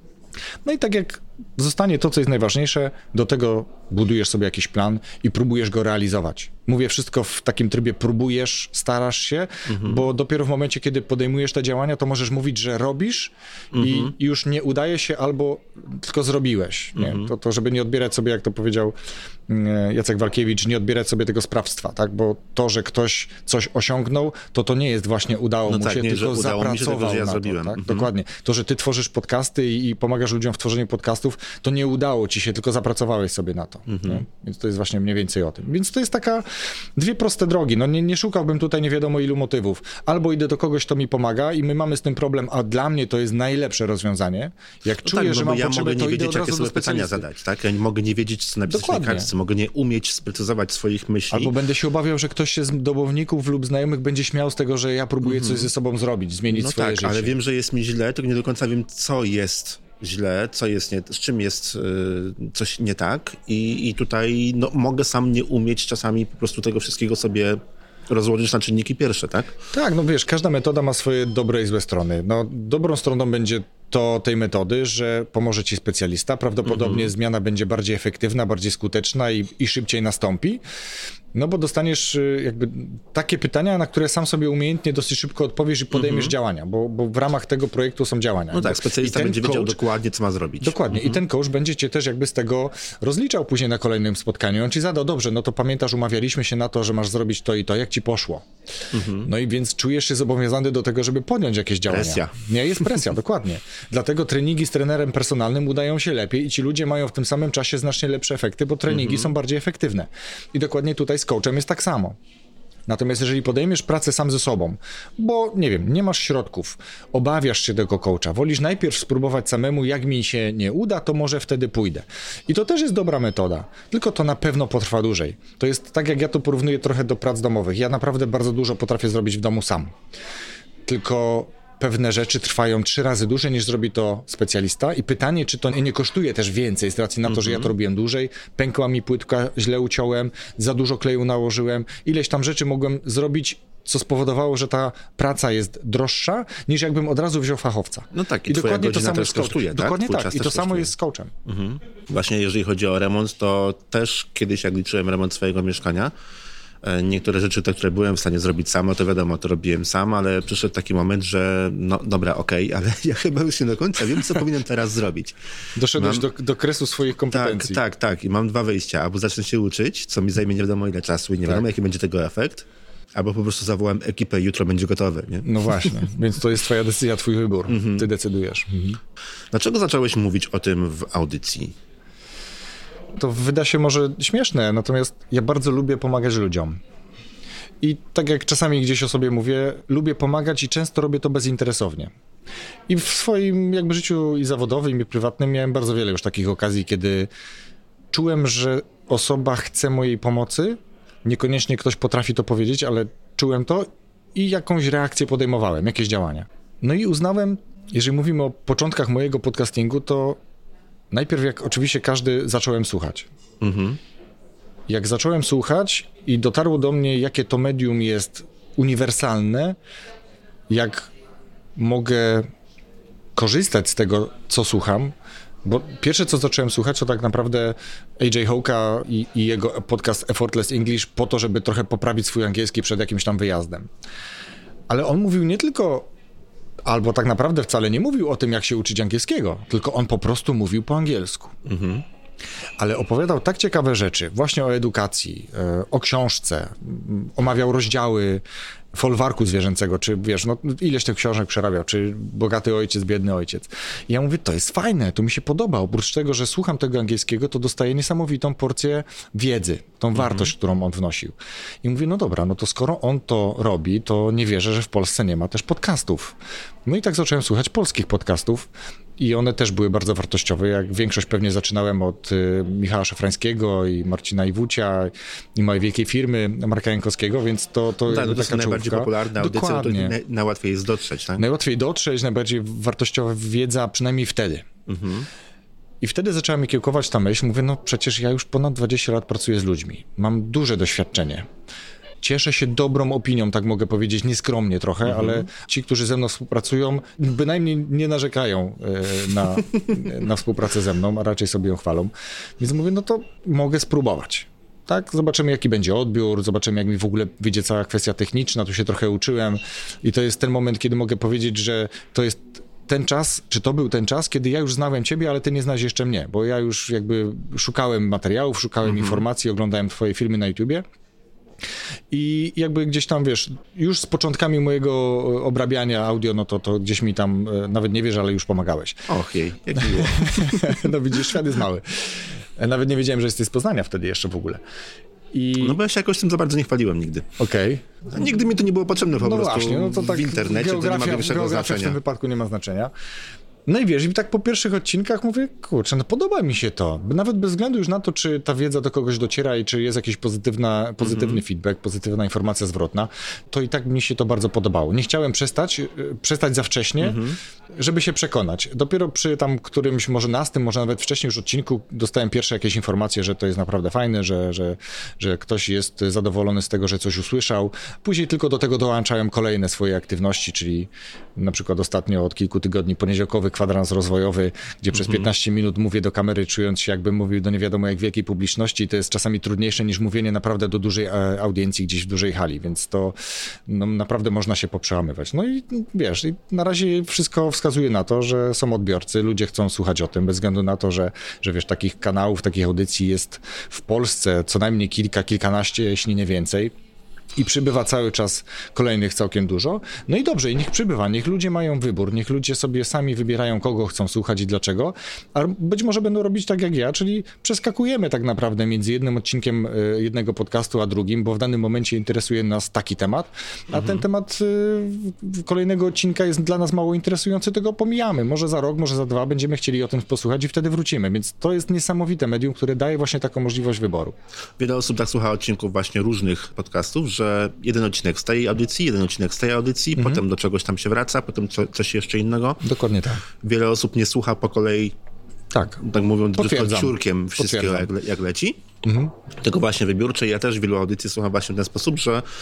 No i tak jak zostanie to, co jest najważniejsze, do tego budujesz sobie jakiś plan i próbujesz go realizować. Mówię wszystko w takim trybie próbujesz, starasz się, bo dopiero w momencie, kiedy podejmujesz te działania, to możesz mówić, że robisz i już nie udaje się albo tylko zrobiłeś. Nie? To żeby nie odbierać sobie, jak to powiedział Jacek Walkiewicz, nie odbierać sobie tego sprawstwa, tak? Bo to, że ktoś coś osiągnął, to nie jest właśnie udało mu się, tylko zapracował na to. Tak? Dokładnie. To, że ty tworzysz podcasty i pomagasz ludziom w tworzeniu podcastów, to nie udało ci się, tylko zapracowałeś sobie na to. Więc to jest właśnie mniej więcej o tym. Więc to jest taka dwie proste drogi. No nie szukałbym tutaj nie wiadomo ilu motywów. Albo idę do kogoś, kto mi pomaga i my mamy z tym problem, a dla mnie to jest najlepsze rozwiązanie. Jak czuję, że mam potrzebę, to idę od razu do pytania zadać, tak? Ja mogę nie wiedzieć, co napisać na kartce, mogę nie umieć sprecyzować swoich myśli. Albo będę się obawiał, że ktoś się z dobowników lub znajomych będzie śmiał z tego, że ja próbuję coś ze sobą zrobić, zmienić swoje życie. Ale wiem, że jest mi źle, tylko nie do końca wiem, co jest źle, co jest nie, z czym jest coś nie tak i tutaj mogę sam nie umieć czasami po prostu tego wszystkiego sobie rozłożyć na czynniki pierwsze, tak? Tak, no wiesz, każda metoda ma swoje dobre i złe strony. No, dobrą stroną będzie to tej metody, że pomoże ci specjalista. Prawdopodobnie zmiana będzie bardziej efektywna, bardziej skuteczna i szybciej nastąpi. No bo dostaniesz jakby takie pytania, na które sam sobie umiejętnie dosyć szybko odpowiesz i podejmiesz działania, bo w ramach tego projektu są działania. No tak, specjalista będzie wiedział dokładnie, co ma zrobić. Dokładnie. I ten coach będzie cię też jakby z tego rozliczał później na kolejnym spotkaniu. On ci zadał, dobrze, no to pamiętasz, umawialiśmy się na to, że masz zrobić to i to, jak ci poszło. No i więc czujesz się zobowiązany do tego, żeby podjąć jakieś działania. Presja. Nie, jest presja, dokładnie. Dlatego treningi z trenerem personalnym udają się lepiej i ci ludzie mają w tym samym czasie znacznie lepsze efekty, bo treningi są bardziej efektywne. I dokładnie tutaj z coachem jest tak samo. Natomiast jeżeli podejmiesz pracę sam ze sobą, bo nie wiem, nie masz środków, obawiasz się tego coacha, wolisz najpierw spróbować samemu, jak mi się nie uda, to może wtedy pójdę. I to też jest dobra metoda, tylko to na pewno potrwa dłużej. To jest tak, jak ja to porównuję trochę do prac domowych. Ja naprawdę bardzo dużo potrafię zrobić w domu sam. Tylko pewne rzeczy trwają 3 razy dłużej niż zrobi to specjalista i pytanie, czy to nie kosztuje też więcej z racji na to, że ja to robiłem dłużej, pękła mi płytka, źle uciąłem, za dużo kleju nałożyłem, ileś tam rzeczy mogłem zrobić co spowodowało, że ta praca jest droższa, niż jakbym od razu wziął fachowca. No tak, i dokładnie to samo też kosztuje, tak? Dokładnie tak, i to samo jest z coachem. Właśnie jeżeli chodzi o remont, to też kiedyś jak liczyłem remont swojego mieszkania, niektóre rzeczy, te, które byłem w stanie zrobić sam, to wiadomo, to robiłem sam, ale przyszedł taki moment, że no dobra, okej, ale ja chyba już nie do końca wiem, co powinienem teraz zrobić. Doszedłeś do kresu swoich kompetencji. Tak. I mam 2 wyjścia. Albo zacznę się uczyć, co mi zajmie nie wiadomo ile czasu i nie wiadomo, jaki będzie tego efekt, albo po prostu zawołam ekipę i jutro będzie gotowy. Nie? No właśnie, więc to jest twoja decyzja, twój wybór. Ty decydujesz. Dlaczego zacząłeś mówić o tym w audycji? To wyda się może śmieszne, natomiast ja bardzo lubię pomagać ludziom. I tak jak czasami gdzieś o sobie mówię, lubię pomagać i często robię to bezinteresownie. I w swoim jakby życiu i zawodowym, i prywatnym miałem bardzo wiele już takich okazji, kiedy czułem, że osoba chce mojej pomocy, niekoniecznie ktoś potrafi to powiedzieć, ale czułem to i jakąś reakcję podejmowałem, jakieś działania. No i uznałem, jeżeli mówimy o początkach mojego podcastingu, to najpierw jak oczywiście każdy zacząłem słuchać. Jak zacząłem słuchać i dotarło do mnie, jakie to medium jest uniwersalne, jak mogę korzystać z tego, co słucham, bo pierwsze, co zacząłem słuchać, to tak naprawdę AJ Hołka i jego podcast Effortless English po to, żeby trochę poprawić swój angielski przed jakimś tam wyjazdem. Ale on mówił nie tylko, albo tak naprawdę wcale nie mówił o tym, jak się uczyć angielskiego, tylko on po prostu mówił po angielsku. Ale opowiadał tak ciekawe rzeczy, właśnie o edukacji, o książce, omawiał rozdziały folwarku zwierzęcego, czy wiesz, no ileś tych książek przerabiał, czy Bogaty ojciec, biedny ojciec. I ja mówię, to jest fajne, to mi się podoba. Oprócz tego, że słucham tego angielskiego, to dostaję niesamowitą porcję wiedzy, tą wartość, którą on wnosił. I mówię, no dobra, no to skoro on to robi, to nie wierzę, że w Polsce nie ma też podcastów. No i tak zacząłem słuchać polskich podcastów i one też były bardzo wartościowe. Jak większość pewnie zaczynałem od Michała Szafrańskiego i Marcina Iwucia i mojej wielkiej firmy Marka Jankowskiego, więc to tak, to jest najbardziej popularna audycja, to najłatwiej jest dotrzeć, tak? Najłatwiej dotrzeć, najbardziej wartościowa wiedza, przynajmniej wtedy. I wtedy zaczęła mi kiełkować ta myśl, mówię, no przecież ja już ponad 20 lat pracuję z ludźmi, mam duże doświadczenie. Cieszę się dobrą opinią, tak mogę powiedzieć, nieskromnie trochę, ale ci, którzy ze mną współpracują, bynajmniej nie narzekają na współpracę ze mną, a raczej sobie ją chwalą. Więc mówię, no to mogę spróbować. Tak, zobaczymy, jaki będzie odbiór, zobaczymy, jak mi w ogóle wyjdzie cała kwestia techniczna, tu się trochę uczyłem i to jest ten moment, kiedy mogę powiedzieć, że to jest ten czas, czy to był ten czas, kiedy ja już znałem ciebie, ale ty nie znasz jeszcze mnie, bo ja już jakby szukałem materiałów, szukałem informacji, oglądałem twoje filmy na YouTubie. I jakby gdzieś tam, wiesz, już z początkami mojego obrabiania audio, no to gdzieś mi tam, nawet nie wiesz, ale już pomagałeś. Och jej, jak miło. No widzisz, świat jest mały. Nawet nie wiedziałem, że jesteś z Poznania wtedy jeszcze w ogóle. No bo ja się jakoś tym za bardzo nie chwaliłem nigdy. Okej. Nigdy mi to nie było potrzebne po prostu właśnie, no to tak w internecie, to nie ma większego znaczenia. W tym wypadku nie ma znaczenia. No i wiesz, i tak po pierwszych odcinkach mówię, kurczę, no podoba mi się to. Nawet bez względu już na to, czy ta wiedza do kogoś dociera i czy jest jakiś pozytywny feedback, pozytywna informacja zwrotna, to i tak mi się to bardzo podobało. Nie chciałem przestać za wcześnie, żeby się przekonać. Dopiero przy tam którymś może następnym, może nawet wcześniej już odcinku dostałem pierwsze jakieś informacje, że to jest naprawdę fajne, że ktoś jest zadowolony z tego, że coś usłyszał. Później tylko do tego dołączałem kolejne swoje aktywności, czyli na przykład ostatnio od kilku tygodni poniedziałkowy kwadrans rozwojowy, gdzie przez 15 minut mówię do kamery, czując się jakbym mówił do nie wiadomo jak wielkiej publiczności i to jest czasami trudniejsze niż mówienie naprawdę do dużej audiencji gdzieś w dużej hali, więc to no, naprawdę można się poprzełamywać. No i wiesz, i na razie wszystko wskazuje na to, że są odbiorcy, ludzie chcą słuchać o tym, bez względu na to, że wiesz, takich kanałów, takich audycji jest w Polsce co najmniej kilkanaście, jeśli nie więcej. I przybywa cały czas kolejnych całkiem dużo. No i dobrze, i niech przybywa, niech ludzie mają wybór, niech ludzie sobie sami wybierają, kogo chcą słuchać i dlaczego. A być może będą robić tak jak ja, czyli przeskakujemy tak naprawdę między jednym odcinkiem jednego podcastu a drugim, bo w danym momencie interesuje nas taki temat, a ten temat kolejnego odcinka jest dla nas mało interesujący, tego pomijamy. Może za rok, może za 2 będziemy chcieli o tym posłuchać i wtedy wrócimy. Więc to jest niesamowite medium, które daje właśnie taką możliwość wyboru. Wiele osób tak słucha odcinków właśnie różnych podcastów, że jeden odcinek z tej audycji, jeden odcinek z tej audycji, potem do czegoś tam się wraca, potem coś jeszcze innego. Dokładnie tak. Wiele osób nie słucha po kolei, tak mówiąc ciurkiem wszystkiego jak leci, tylko właśnie wybiórcze. Ja też wielu audycji słucham właśnie w ten sposób, że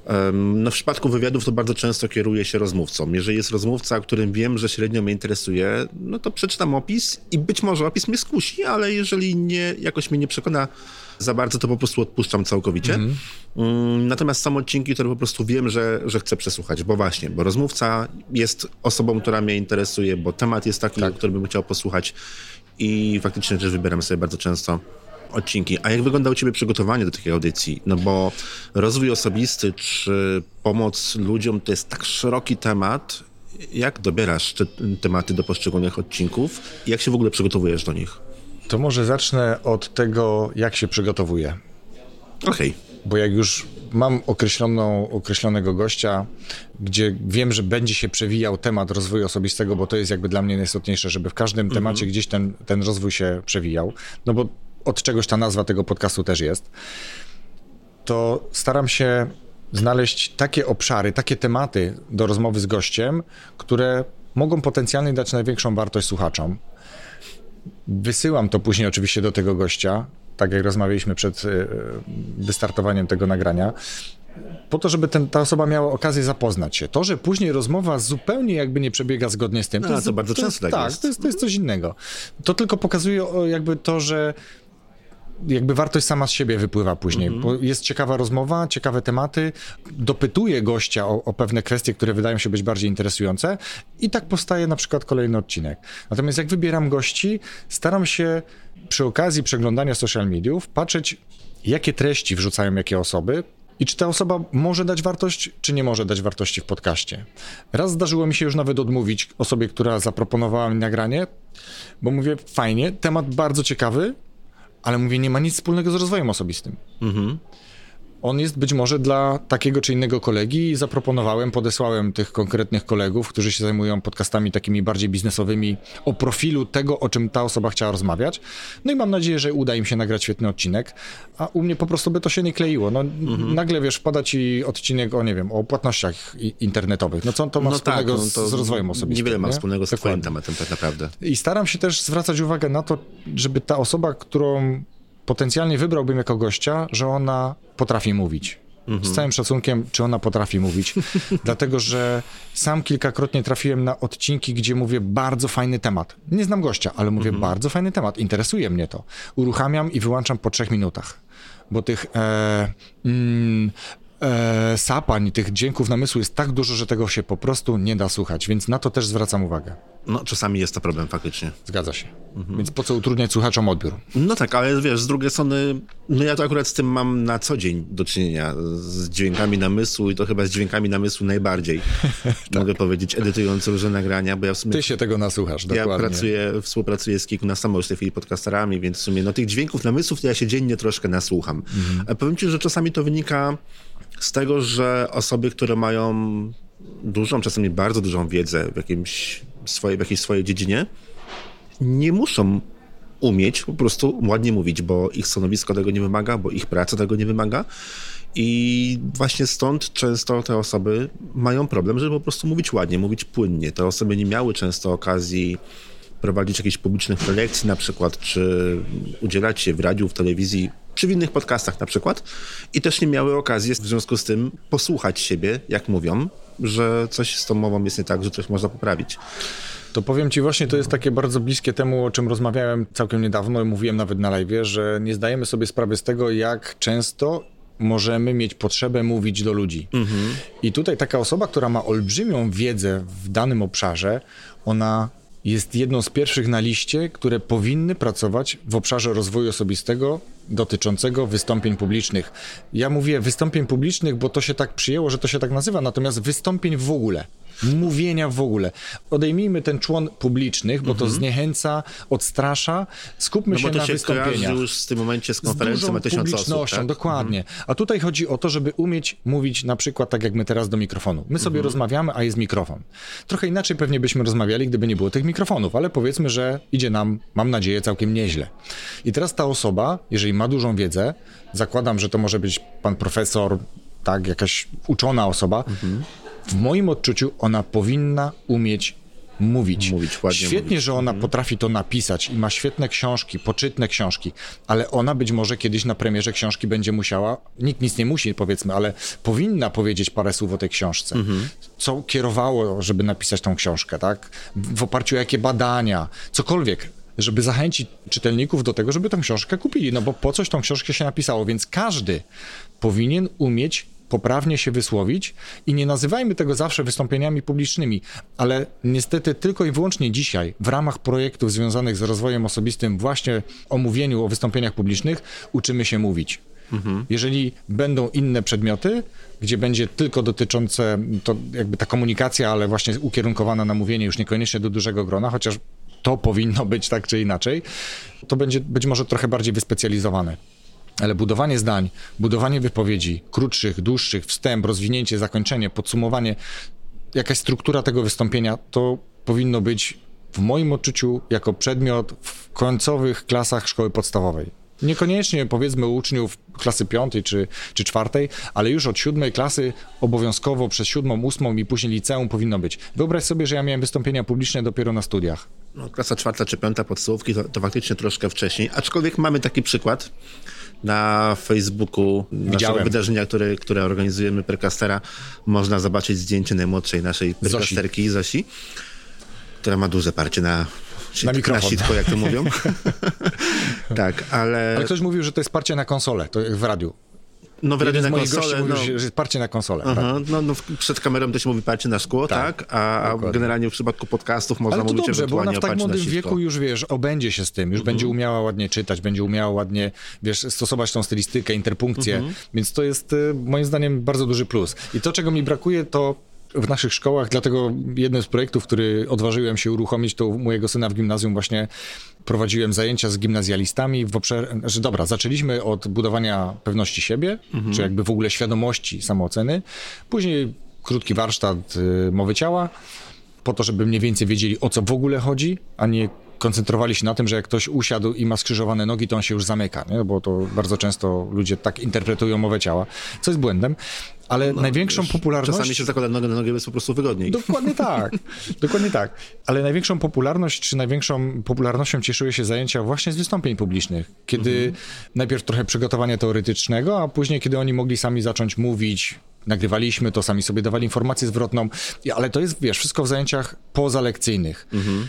No w przypadku wywiadów to bardzo często kieruję się rozmówcą. Jeżeli jest rozmówca, którym wiem, że średnio mnie interesuje, no to przeczytam opis i być może opis mnie skusi, ale jeżeli jakoś mnie nie przekona za bardzo, to po prostu odpuszczam całkowicie. Natomiast są odcinki, które po prostu wiem, że chcę przesłuchać, bo rozmówca jest osobą, która mnie interesuje, bo temat jest taki, który bym chciał posłuchać i faktycznie też wybieram sobie bardzo często odcinki. A jak wygląda u ciebie przygotowanie do takiej audycji? No bo rozwój osobisty czy pomoc ludziom to jest tak szeroki temat. Jak dobierasz te tematy do poszczególnych odcinków i jak się w ogóle przygotowujesz do nich? To może zacznę od tego, jak się przygotowuję. Okej. Bo jak już mam określonego gościa, gdzie wiem, że będzie się przewijał temat rozwoju osobistego, bo to jest jakby dla mnie najistotniejsze, żeby w każdym temacie gdzieś ten rozwój się przewijał, no bo od czegoś ta nazwa tego podcastu też jest, to staram się znaleźć takie obszary, takie tematy do rozmowy z gościem, które mogą potencjalnie dać największą wartość słuchaczom. Wysyłam to później oczywiście do tego gościa, tak jak rozmawialiśmy przed wystartowaniem tego nagrania, po to, żeby ta osoba miała okazję zapoznać się. To, że później rozmowa zupełnie jakby nie przebiega zgodnie z tym. To bardzo często tak jest. To jest coś innego. To tylko pokazuje jakby to, że jakby wartość sama z siebie wypływa później, bo jest ciekawa rozmowa, ciekawe tematy, dopytuję gościa o pewne kwestie, które wydają się być bardziej interesujące i tak powstaje na przykład kolejny odcinek. Natomiast jak wybieram gości, staram się przy okazji przeglądania social mediów patrzeć, jakie treści wrzucają jakie osoby i czy ta osoba może dać wartość, czy nie może dać wartości w podcaście. Raz zdarzyło mi się już nawet odmówić osobie, która zaproponowała mi nagranie, bo mówię, fajnie, temat bardzo ciekawy, ale mówię, nie ma nic wspólnego z rozwojem osobistym. On jest być może dla takiego czy innego kolegi i podesłałem tych konkretnych kolegów, którzy się zajmują podcastami takimi bardziej biznesowymi o profilu tego, o czym ta osoba chciała rozmawiać. No i mam nadzieję, że uda im się nagrać świetny odcinek, a u mnie po prostu by to się nie kleiło. No nagle, wpada ci odcinek o płatnościach internetowych. No co to ma wspólnego z rozwojem osobistym? Niewiele ma wspólnego z twoim tematem tak naprawdę. I staram się też zwracać uwagę na to, żeby ta osoba, którą potencjalnie wybrałbym jako gościa, że ona potrafi mówić. Z całym szacunkiem, czy ona potrafi mówić. Dlatego, że sam kilkakrotnie trafiłem na odcinki, gdzie mówię bardzo fajny temat. Nie znam gościa, ale mówię bardzo fajny temat. Interesuje mnie to. Uruchamiam i wyłączam po 3 minutach. Bo tych sapań, tych dźwięków namysłu jest tak dużo, że tego się po prostu nie da słuchać. Więc na to też zwracam uwagę. No, czasami jest to problem faktycznie. Zgadza się. Więc po co utrudniać słuchaczom odbiór? No tak, ale wiesz, z drugiej strony, no ja to akurat z tym mam na co dzień do czynienia, z dźwiękami namysłu i to chyba z dźwiękami namysłu najbardziej, mogę powiedzieć, edytując różne nagrania, bo ja w sumie... Ty się tego nasłuchasz, dokładnie. Ja współpracuję z kilkunastoma już w tej chwili podcasterami, więc w sumie tych dźwięków namysłów to ja się dziennie troszkę nasłucham. A powiem ci, że czasami to wynika z tego, że osoby, które mają dużą, czasami bardzo dużą wiedzę w jakiejś swojej dziedzinie, nie muszą umieć po prostu ładnie mówić, bo ich stanowisko tego nie wymaga, bo ich praca tego nie wymaga i właśnie stąd często te osoby mają problem, żeby po prostu mówić ładnie, mówić płynnie. Te osoby nie miały często okazji prowadzić jakichś publicznych prelekcji na przykład, czy udzielać się w radiu, w telewizji, czy w innych podcastach na przykład i też nie miały okazji w związku z tym posłuchać siebie, jak mówią, że coś z tą mową jest nie tak, że coś można poprawić. To powiem ci właśnie, to jest takie bardzo bliskie temu, o czym rozmawiałem całkiem niedawno, mówiłem nawet na live'ie, że nie zdajemy sobie sprawy z tego, jak często możemy mieć potrzebę mówić do ludzi. I tutaj taka osoba, która ma olbrzymią wiedzę w danym obszarze, ona jest jedną z pierwszych na liście, które powinny pracować w obszarze rozwoju osobistego dotyczącego wystąpień publicznych. Ja mówię wystąpień publicznych, bo to się tak przyjęło, że to się tak nazywa, natomiast wystąpień w ogóle. Mówienia w ogóle. Odejmijmy ten człon publicznych, bo to zniechęca, odstrasza. Skupmy się na wystąpieniach. Kojarzy już w tym momencie z konferencją na 1000 osób. Tak? Dokładnie. A tutaj chodzi o to, żeby umieć mówić na przykład tak jak my teraz do mikrofonu. My sobie rozmawiamy, a jest mikrofon. Trochę inaczej pewnie byśmy rozmawiali, gdyby nie było tych mikrofonów, ale powiedzmy, że idzie nam, mam nadzieję, całkiem nieźle. I teraz ta osoba, jeżeli ma dużą wiedzę, zakładam, że to może być pan profesor, tak, jakaś uczona osoba, w moim odczuciu ona powinna umieć mówić. Świetnie mówić. Że ona potrafi to napisać i ma świetne książki, poczytne książki, ale ona być może kiedyś na premierze książki będzie musiała, nikt nic nie musi, powiedzmy, ale powinna powiedzieć parę słów o tej książce. Co kierowało, żeby napisać tą książkę, tak? W oparciu o jakie badania, cokolwiek, żeby zachęcić czytelników do tego, żeby tę książkę kupili, no bo po coś tą książkę się napisało, więc każdy powinien umieć poprawnie się wysłowić i nie nazywajmy tego zawsze wystąpieniami publicznymi, ale niestety tylko i wyłącznie dzisiaj w ramach projektów związanych z rozwojem osobistym właśnie o mówieniu, o wystąpieniach publicznych uczymy się mówić. Jeżeli będą inne przedmioty, gdzie będzie tylko dotyczące, to jakby ta komunikacja, ale właśnie ukierunkowana na mówienie już niekoniecznie do dużego grona, chociaż to powinno być tak czy inaczej, to będzie być może trochę bardziej wyspecjalizowane. Ale budowanie zdań, budowanie wypowiedzi, krótszych, dłuższych, wstęp, rozwinięcie, zakończenie, podsumowanie, jakaś struktura tego wystąpienia, to powinno być w moim odczuciu jako przedmiot w końcowych klasach szkoły podstawowej. Niekoniecznie powiedzmy u uczniów klasy 5 czy 4, ale już od 7 klasy obowiązkowo przez 7., 8 i później liceum powinno być. Wyobraź sobie, że ja miałem wystąpienia publiczne dopiero na studiach. No, klasa 4 czy 5 podstawówki to faktycznie troszkę wcześniej, aczkolwiek mamy taki przykład na Facebooku naszego wydarzenia, które organizujemy Percastera. Można zobaczyć zdjęcie najmłodszej naszej percasterki Zosi, która ma duże parcie na mikrofon. Na sitko, jak to mówią. Tak, ale... Ale ktoś mówił, że to jest parcie na konsolę, to jak w radiu. No w radiu na konsolę, mówił, że jest parcie na konsolę. Aha, no, przed kamerą to się mówi parcie na szkło, tak? A generalnie w przypadku podcastów można mówić ewentualnie o parcie na sitko. Ale to dobrze, bo ona w tak młodym wieku już, wiesz, obędzie się z tym, już będzie umiała ładnie czytać, będzie umiała ładnie, wiesz, stosować tą stylistykę, interpunkcję, więc to jest moim zdaniem bardzo duży plus. I to, czego mi brakuje, to w naszych szkołach, dlatego jednym z projektów, który odważyłem się uruchomić, to u mojego syna w gimnazjum właśnie prowadziłem zajęcia z gimnazjalistami zaczęliśmy od budowania pewności siebie, czy jakby w ogóle świadomości samooceny, później krótki warsztat mowy ciała, po to, żeby mniej więcej wiedzieli, o co w ogóle chodzi, a nie koncentrowali się na tym, że jak ktoś usiadł i ma skrzyżowane nogi, to on się już zamyka, nie? Bo to bardzo często ludzie tak interpretują mowę ciała, co jest błędem, ale największą popularność... Czasami się zakłada nogę na nogę, jest po prostu wygodniej. Dokładnie tak, ale największą popularnością cieszyły się zajęcia właśnie z wystąpień publicznych, kiedy najpierw trochę przygotowania teoretycznego, a później, kiedy oni mogli sami zacząć mówić, nagrywaliśmy to, sami sobie dawali informację zwrotną, ale to jest, wiesz, wszystko w zajęciach pozalekcyjnych.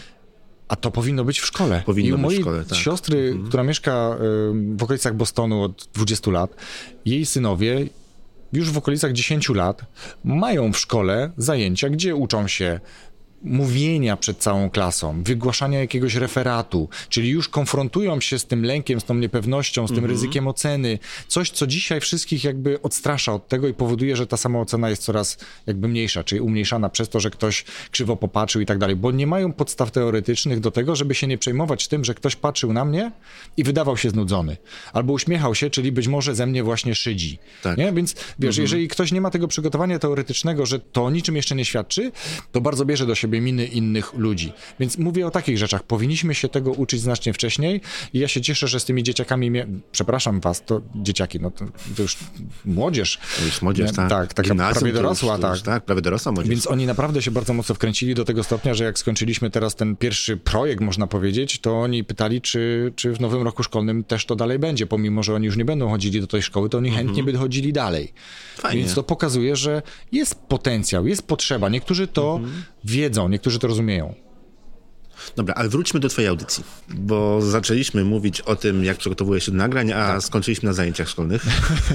A to powinno być w szkole. I u mojej siostry, która mieszka w okolicach Bostonu od 20 lat, jej synowie już w okolicach 10 lat mają w szkole zajęcia, gdzie uczą się mówienia przed całą klasą, wygłaszania jakiegoś referatu, czyli już konfrontują się z tym lękiem, z tą niepewnością, z tym ryzykiem oceny. Coś, co dzisiaj wszystkich jakby odstrasza od tego i powoduje, że ta samoocena jest coraz jakby mniejsza, czyli umniejszana przez to, że ktoś krzywo popatrzył i tak dalej, bo nie mają podstaw teoretycznych do tego, żeby się nie przejmować tym, że ktoś patrzył na mnie i wydawał się znudzony. Albo uśmiechał się, czyli być może ze mnie właśnie szydzi. Tak. Nie? Więc wiesz, jeżeli ktoś nie ma tego przygotowania teoretycznego, że to o niczym jeszcze nie świadczy, to bardzo bierze do siebie miny innych ludzi. Więc mówię o takich rzeczach. Powinniśmy się tego uczyć znacznie wcześniej i ja się cieszę, że z tymi dzieciakami, przepraszam was, to dzieciaki, no to już młodzież. To już młodzież, tak. Tak, taka prawie dorosła, tak, prawie dorosła młodzież. Więc oni naprawdę się bardzo mocno wkręcili do tego stopnia, że jak skończyliśmy teraz ten pierwszy projekt, można powiedzieć, to oni pytali, czy w nowym roku szkolnym też to dalej będzie, pomimo, że oni już nie będą chodzili do tej szkoły, to oni chętnie by chodzili dalej. Fajnie. Więc to pokazuje, że jest potencjał, jest potrzeba. Niektórzy to wiedzą, niektórzy to rozumieją. Dobra, ale wróćmy do twojej audycji, bo zaczęliśmy mówić o tym, jak przygotowuje się do nagrań, a skończyliśmy na zajęciach szkolnych.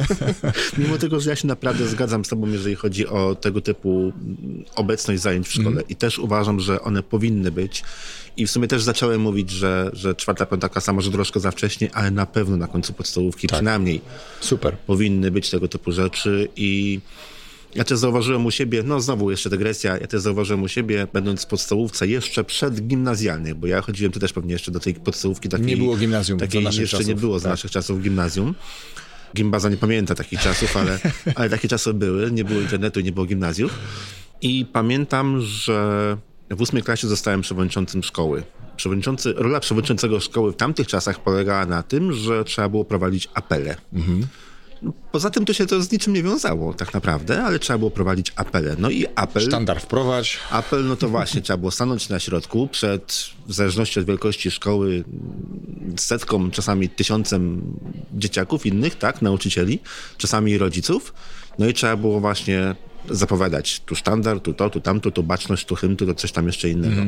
Mimo tego, że ja się naprawdę zgadzam z tobą, jeżeli chodzi o tego typu obecność zajęć w szkole i też uważam, że one powinny być i w sumie też zacząłem mówić, że 4-5 klasa może troszkę za wcześnie, ale na pewno na końcu podstawówki przynajmniej powinny być tego typu rzeczy i ja też zauważyłem u siebie, no znowu jeszcze dygresja, będąc w podstawówce jeszcze przedgimnazjalnej, bo ja chodziłem tu też pewnie jeszcze do tej podstawówki takiej... Nie było gimnazjum takiej za naszych jeszcze czasów. Nie było z naszych czasów gimnazjum. Gimbaza nie pamięta takich czasów, ale takie czasy były, nie było internetu i nie było gimnazjów. I pamiętam, że w 8 klasie zostałem przewodniczącym szkoły. Rola przewodniczącego szkoły w tamtych czasach polegała na tym, że trzeba było prowadzić apele. Poza tym to się to z niczym nie wiązało tak naprawdę, ale trzeba było prowadzić apele. No i apel... Sztandar wprowadź. Apel, no to właśnie, trzeba było stanąć na środku przed, w zależności od wielkości szkoły, setką, czasami 1000 dzieciaków innych, tak, nauczycieli, czasami rodziców. No i trzeba było właśnie zapowiadać tu sztandar, tu to, tu tamto, tu baczność, tu hymn, tu coś tam jeszcze innego.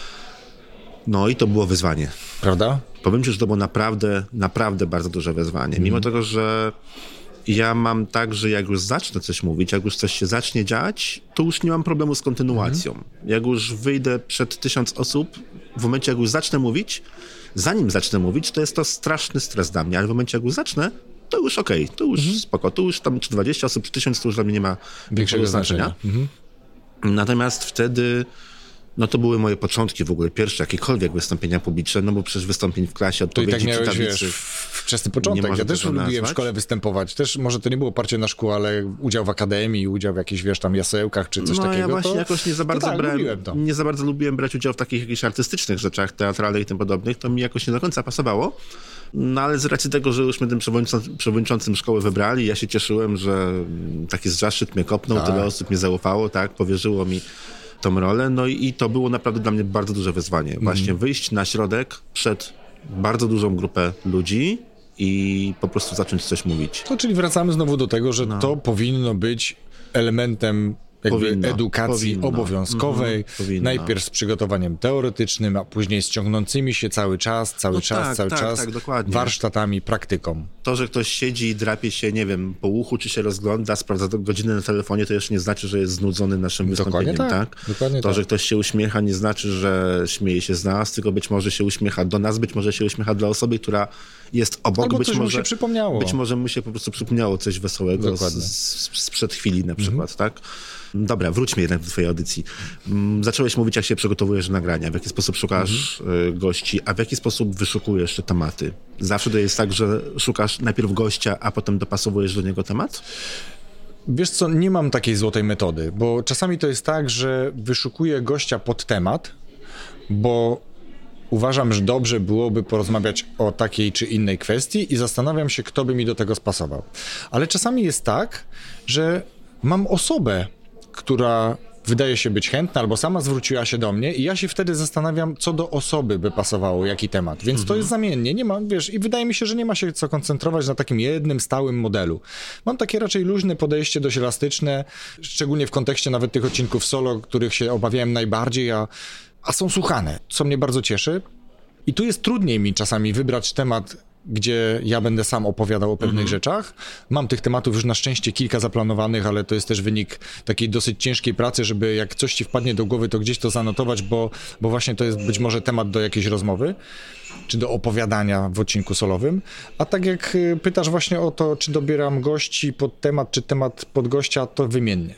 No i to było wyzwanie. Prawda? Powiem ci, że to było naprawdę bardzo duże wyzwanie. Mimo tego, że ja mam tak, że jak już zacznę coś mówić, jak już coś się zacznie dziać, to już nie mam problemu z kontynuacją. Jak już wyjdę przed 1000 osób, w momencie jak już zacznę mówić, zanim zacznę mówić, to jest to straszny stres dla mnie, ale w momencie jak już zacznę, to już okej, to już spoko, to już tam czy 20 osób, czy 1000, to już dla mnie nie ma większego znaczenia. Natomiast wtedy, no to były moje początki w ogóle, pierwsze jakiekolwiek wystąpienia publiczne, no bo przecież wystąpień w klasie, odpowiedzi to i tak miałeś, czy tablicy. wczesny początek. Ja też lubiłem w szkole występować. Też może to nie było oparcie na szkół, ale udział w akademii, udział w jakichś, tam jasełkach czy coś takiego. No ja właśnie jakoś nie za bardzo nie za bardzo lubiłem brać udział w takich jakichś artystycznych rzeczach, teatralnych i tym podobnych. To mi jakoś nie do końca pasowało. No ale z racji tego, że już mnie tym przewodniczącym szkoły wybrali, ja się cieszyłem, że taki zaszczyt mnie kopnął, tyle osób mi zaufało, tak, powierzyło mi tą rolę, no i to było naprawdę dla mnie bardzo duże wyzwanie. Właśnie wyjść na środek przed bardzo dużą grupę ludzi i po prostu zacząć coś mówić. To czyli wracamy znowu do tego, że to powinno być elementem edukacji obowiązkowej, najpierw z przygotowaniem teoretycznym, a później z ciągnącymi się cały czas, dokładnie. warsztatami, praktyką. To, że ktoś siedzi i drapie się, nie wiem, po uchu, czy się rozgląda, sprawdza godzinę na telefonie, to jeszcze nie znaczy, że jest znudzony naszym wystąpieniem, tak? Dokładnie to, że ktoś się uśmiecha, nie znaczy, że śmieje się z nas, tylko być może się uśmiecha do nas, być może się uśmiecha dla osoby, która jest obok. Albo być coś może mu się przypomniało. Być może mu się po prostu przypomniało coś wesołego sprzed chwili na przykład, tak? Dobra, wróćmy jednak do twojej audycji. Zacząłeś mówić, jak się przygotowujesz do nagrania, w jaki sposób szukasz gości, a w jaki sposób wyszukujesz te tematy? Zawsze to jest tak, że szukasz najpierw gościa, a potem dopasowujesz do niego temat? Wiesz co, nie mam takiej złotej metody, bo czasami to jest tak, że wyszukuję gościa pod temat, bo uważam, że dobrze byłoby porozmawiać o takiej czy innej kwestii i zastanawiam się, kto by mi do tego spasował. Ale czasami jest tak, że mam osobę, która wydaje się być chętna, albo sama zwróciła się do mnie i ja się wtedy zastanawiam, co do osoby by pasowało, jaki temat. Więc to jest zamiennie. Nie ma, wiesz, i wydaje mi się, że nie ma się co koncentrować na takim jednym, stałym modelu. Mam takie raczej luźne podejście, dość elastyczne, szczególnie w kontekście nawet tych odcinków solo, których się obawiałem najbardziej, a są słuchane, co mnie bardzo cieszy. I tu jest trudniej mi czasami wybrać temat, gdzie ja będę sam opowiadał o pewnych rzeczach. Mam tych tematów już na szczęście kilka zaplanowanych, ale to jest też wynik takiej dosyć ciężkiej pracy, żeby jak coś ci wpadnie do głowy, to gdzieś to zanotować, bo właśnie to jest być może temat do jakiejś rozmowy, czy do opowiadania w odcinku solowym. A tak jak pytasz właśnie o to, czy dobieram gości pod temat, czy temat pod gościa, to wymiennie.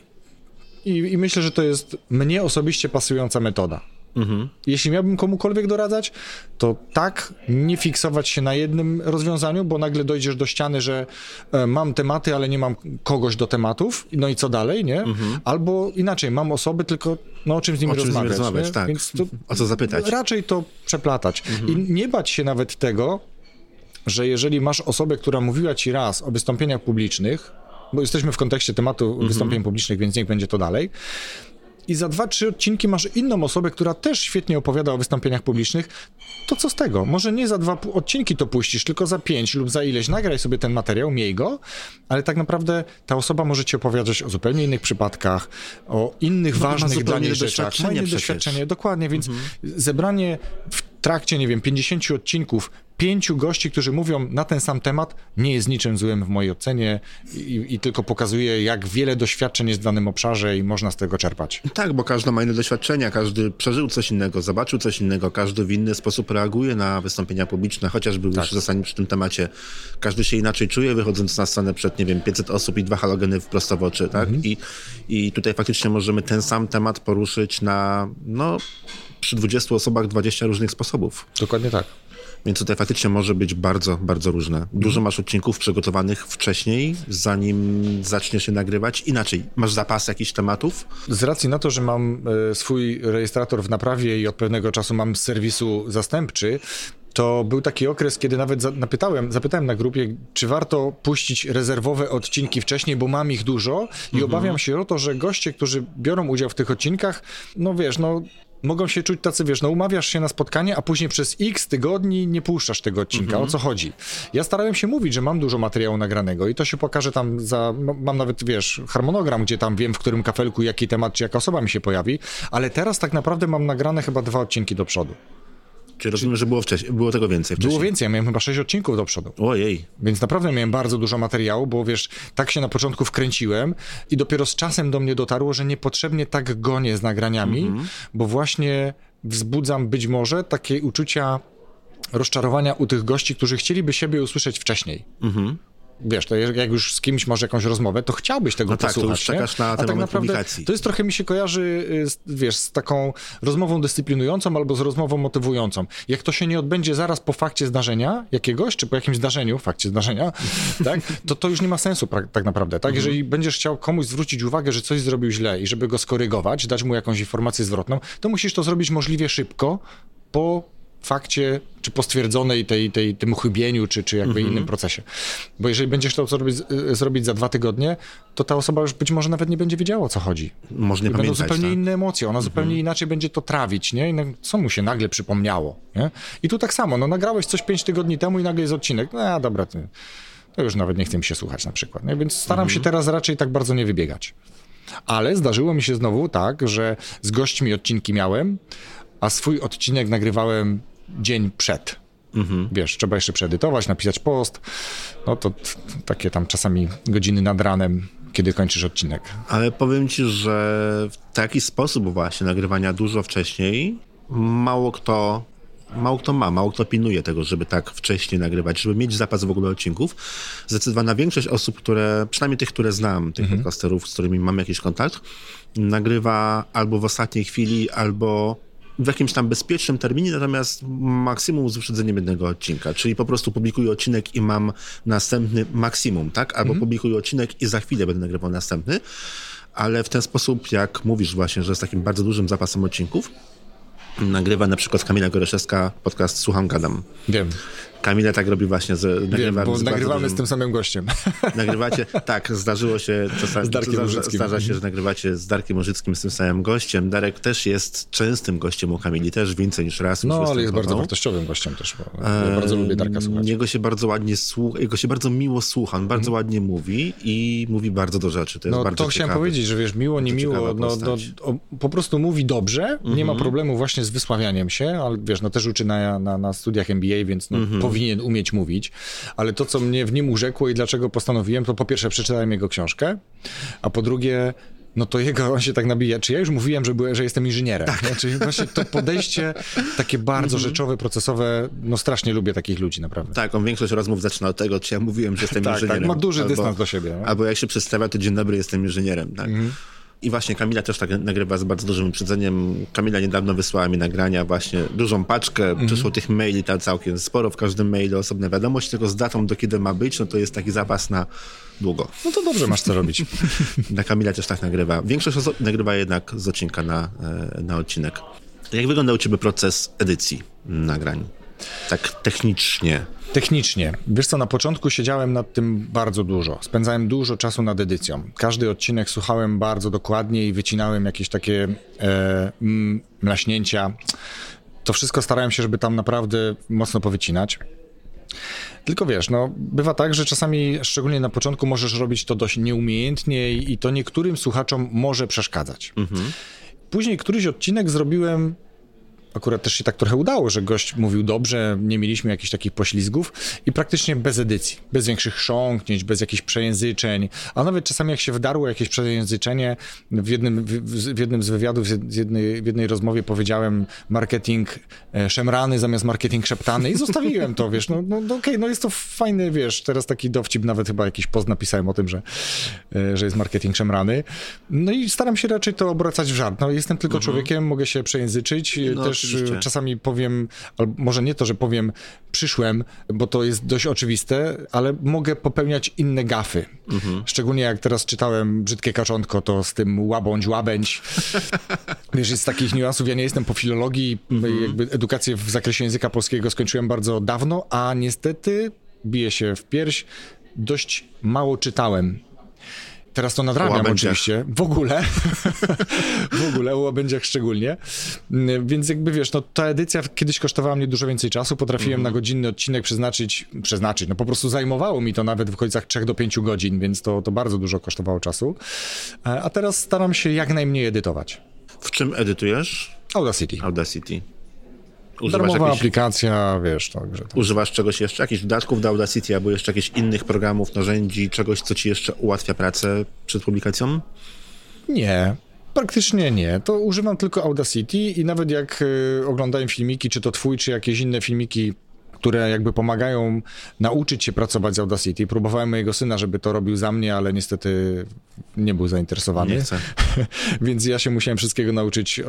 I myślę, że to jest mnie osobiście pasująca metoda. Jeśli miałbym komukolwiek doradzać, to tak, nie fiksować się na jednym rozwiązaniu, bo nagle dojdziesz do ściany, że mam tematy, ale nie mam kogoś do tematów, no i co dalej, nie? Albo inaczej, mam osoby, tylko o czym z nimi rozmawiać, tak. Więc to o co zapytać. Raczej to przeplatać. I nie bać się nawet tego, że jeżeli masz osobę, która mówiła ci raz o wystąpieniach publicznych, bo jesteśmy w kontekście tematu wystąpień publicznych, więc niech będzie to dalej, i za 2-3 odcinki masz inną osobę, która też świetnie opowiada o wystąpieniach publicznych, to co z tego? Może nie za 2 odcinki to puścisz, tylko za 5 lub za ileś. Nagraj sobie ten materiał, miej go, ale tak naprawdę ta osoba może ci opowiadać o zupełnie innych przypadkach, o innych ważnych dla niej rzeczach. Ma inne doświadczenie, dokładnie, więc zebranie w trakcie, nie wiem, 50 odcinków 5 gości, którzy mówią na ten sam temat, nie jest niczym złym w mojej ocenie i tylko pokazuje, jak wiele doświadczeń jest w danym obszarze i można z tego czerpać. Tak, bo każdy ma inne doświadczenia, każdy przeżył coś innego, zobaczył coś innego, każdy w inny sposób reaguje na wystąpienia publiczne, chociażby już zostanie przy tym temacie. Każdy się inaczej czuje, wychodząc na scenę przed, nie wiem, 500 osób i 2 halogeny prosto w oczy, tak? I tutaj faktycznie możemy ten sam temat poruszyć na, przy 20 osobach 20 różnych sposobów. Dokładnie tak. Więc tutaj faktycznie może być bardzo, bardzo różne. Dużo masz odcinków przygotowanych wcześniej, zanim zaczniesz się nagrywać. Inaczej, masz zapas jakichś tematów? Z racji na to, że mam swój rejestrator w naprawie i od pewnego czasu mam z serwisu zastępczy, to był taki okres, kiedy nawet zapytałem na grupie, czy warto puścić rezerwowe odcinki wcześniej, bo mam ich dużo i obawiam się o to, że goście, którzy biorą udział w tych odcinkach, mogą się czuć tacy, umawiasz się na spotkanie, a później przez x tygodni nie puszczasz tego odcinka. O co chodzi? Ja starałem się mówić, że mam dużo materiału nagranego i to się pokaże tam mam nawet, harmonogram, gdzie tam wiem, w którym kafelku, jaki temat, czy jaka osoba mi się pojawi, ale teraz tak naprawdę mam nagrane chyba 2 odcinki do przodu. Czyli rozumiem, że było tego więcej wcześniej. Było więcej, ja miałem chyba 6 odcinków do przodu. Ojej. Więc naprawdę miałem bardzo dużo materiału, bo tak się na początku wkręciłem i dopiero z czasem do mnie dotarło, że niepotrzebnie tak gonię z nagraniami, bo właśnie wzbudzam być może takie uczucia rozczarowania u tych gości, którzy chcieliby siebie usłyszeć wcześniej. To jak już z kimś masz jakąś rozmowę, to chciałbyś tego posłuchać. To już czekasz na ten moment publikacji. To jest trochę mi się kojarzy, z taką rozmową dyscyplinującą albo z rozmową motywującą. Jak to się nie odbędzie zaraz po fakcie zdarzenia jakiegoś, czy po jakimś fakcie zdarzenia, tak, to już nie ma sensu tak naprawdę. Tak? Jeżeli będziesz chciał komuś zwrócić uwagę, że coś zrobił źle i żeby go skorygować, dać mu jakąś informację zwrotną, to musisz to zrobić możliwie szybko po fakcie, czy po stwierdzonej tym uchybieniu, czy jakby innym procesie. Bo jeżeli będziesz to zrobić za 2 tygodnie, to ta osoba już być może nawet nie będzie wiedziała, o co chodzi. Może nie będą pamiętać, zupełnie inne emocje, ona zupełnie inaczej będzie to trawić, nie? I co mu się nagle przypomniało, nie? I tu tak samo, nagrałeś coś 5 tygodni temu i nagle jest odcinek, dobra, to już nawet nie chce mi się słuchać na przykład, nie? Więc staram się teraz raczej tak bardzo nie wybiegać. Ale zdarzyło mi się znowu tak, że z gośćmi odcinki miałem, a swój odcinek nagrywałem dzień przed. Trzeba jeszcze przeedytować, napisać post. To takie tam czasami godziny nad ranem, kiedy kończysz odcinek. Ale powiem ci, że w taki sposób właśnie nagrywania dużo wcześniej mało kto pilnuje tego, żeby tak wcześnie nagrywać, żeby mieć zapas w ogóle odcinków. Zdecydowana większość osób, przynajmniej tych, które znam, tych podcasterów, z którymi mam jakiś kontakt, nagrywa albo w ostatniej chwili, albo w jakimś tam bezpiecznym terminie, natomiast maksimum z wyprzedzeniem jednego odcinka. Czyli po prostu publikuję odcinek i mam następny maksimum, tak? Albo publikuję odcinek i za chwilę będę nagrywał następny. Ale w ten sposób, jak mówisz właśnie, że z takim bardzo dużym zapasem odcinków, nagrywa na przykład Kamila Goreszewska podcast Słucham, Gadam. Wiem. Kamila tak robi właśnie, nagrywamy z tym samym gościem. Nagrywacie, tak, zdarzyło się czasami, zdarza się, że nagrywacie z Darkiem Użyckim, z tym samym gościem. Darek też jest częstym gościem u Kamili, też więcej niż raz. Ale jest bardzo wartościowym gościem też, bo ja bardzo lubię Darka słuchać. Jego się bardzo ładnie jego się bardzo miło słucha, on bardzo ładnie mówi i mówi bardzo do rzeczy. To jest bardzo to chciałem powiedzieć, że miło, nie miło, po prostu mówi dobrze, nie ma problemu właśnie z wysławianiem się, ale też uczy na studiach MBA, więc powinien umieć mówić, ale to, co mnie w nim urzekło i dlaczego postanowiłem, to po pierwsze przeczytałem jego książkę, a po drugie, on się tak nabija. Czy ja już mówiłem, że jestem inżynierem? Tak. Czyli właśnie to podejście takie bardzo rzeczowe, procesowe, strasznie lubię takich ludzi, naprawdę. Tak, on większość rozmów zaczyna od tego, czy ja mówiłem, że jestem inżynierem. Tak, ma duży dystans do siebie. No? Albo jak się przedstawia, to dzień dobry, jestem inżynierem, tak. I właśnie Kamila też tak nagrywa z bardzo dużym wyprzedzeniem. Kamila niedawno wysłała mi nagrania, właśnie dużą paczkę, przyszło tych maili tam całkiem sporo, w każdym mailu osobna wiadomość, tylko z datą, do kiedy ma być, to jest taki zapas na długo. To dobrze masz co robić. Kamila też tak nagrywa. Większość osób nagrywa jednak z odcinka na odcinek. Jak wygląda u ciebie proces edycji nagrań? Tak technicznie. Technicznie. Wiesz co, na początku siedziałem nad tym bardzo dużo. Spędzałem dużo czasu nad edycją. Każdy odcinek słuchałem bardzo dokładnie i wycinałem jakieś takie mlaśnięcia. To wszystko starałem się, żeby tam naprawdę mocno powycinać. Tylko bywa tak, że czasami, szczególnie na początku, możesz robić to dość nieumiejętnie i to niektórym słuchaczom może przeszkadzać. Później któryś odcinek zrobiłem. Akurat też się tak trochę udało, że gość mówił dobrze, nie mieliśmy jakichś takich poślizgów i praktycznie bez edycji, bez większych chrząknięć, bez jakichś przejęzyczeń, a nawet czasami jak się wdarło jakieś przejęzyczenie, w jednym z wywiadów, w jednej rozmowie powiedziałem marketing szemrany zamiast marketing szeptany i zostawiłem to, okej, jest to fajny, teraz taki dowcip, nawet chyba jakiś post napisałem o tym, że jest marketing szemrany. I staram się raczej to obracać w żart. Jestem tylko człowiekiem, mogę się przejęzyczyć, też oczywiście. czasami powiem, albo może nie to, że powiem przyszłem, bo to jest dość oczywiste, ale mogę popełniać inne gafy. Szczególnie jak teraz czytałem Brzydkie kaczątko, to z tym łabędź. Wiesz, jest takich niuansów, ja nie jestem po filologii, jakby edukację w zakresie języka polskiego skończyłem bardzo dawno, a niestety, biję się w pierś, dość mało czytałem. Teraz to nadrabiam oczywiście. W ogóle o łabędziach szczególnie. Więc jakby wiesz, no ta edycja kiedyś kosztowała mnie dużo więcej czasu. Potrafiłem na godzinny odcinek przeznaczyć, no po prostu zajmowało mi to nawet w okolicach 3 do 5 godzin, więc to bardzo dużo kosztowało czasu. A teraz staram się jak najmniej edytować. W czym edytujesz? Audacity. Używasz aplikacja, wiesz, także... Używasz czegoś jeszcze? Jakichś dodatków do Audacity albo jeszcze jakichś innych programów, narzędzi, czegoś, co ci jeszcze ułatwia pracę przed publikacją? Nie, praktycznie nie. To używam tylko Audacity i nawet jak oglądałem filmiki, czy to twój, czy jakieś inne filmiki, które jakby pomagają nauczyć się pracować z Audacity. Próbowałem mojego syna, żeby to robił za mnie, ale niestety nie był zainteresowany. Nie chcę. Więc ja się musiałem wszystkiego nauczyć.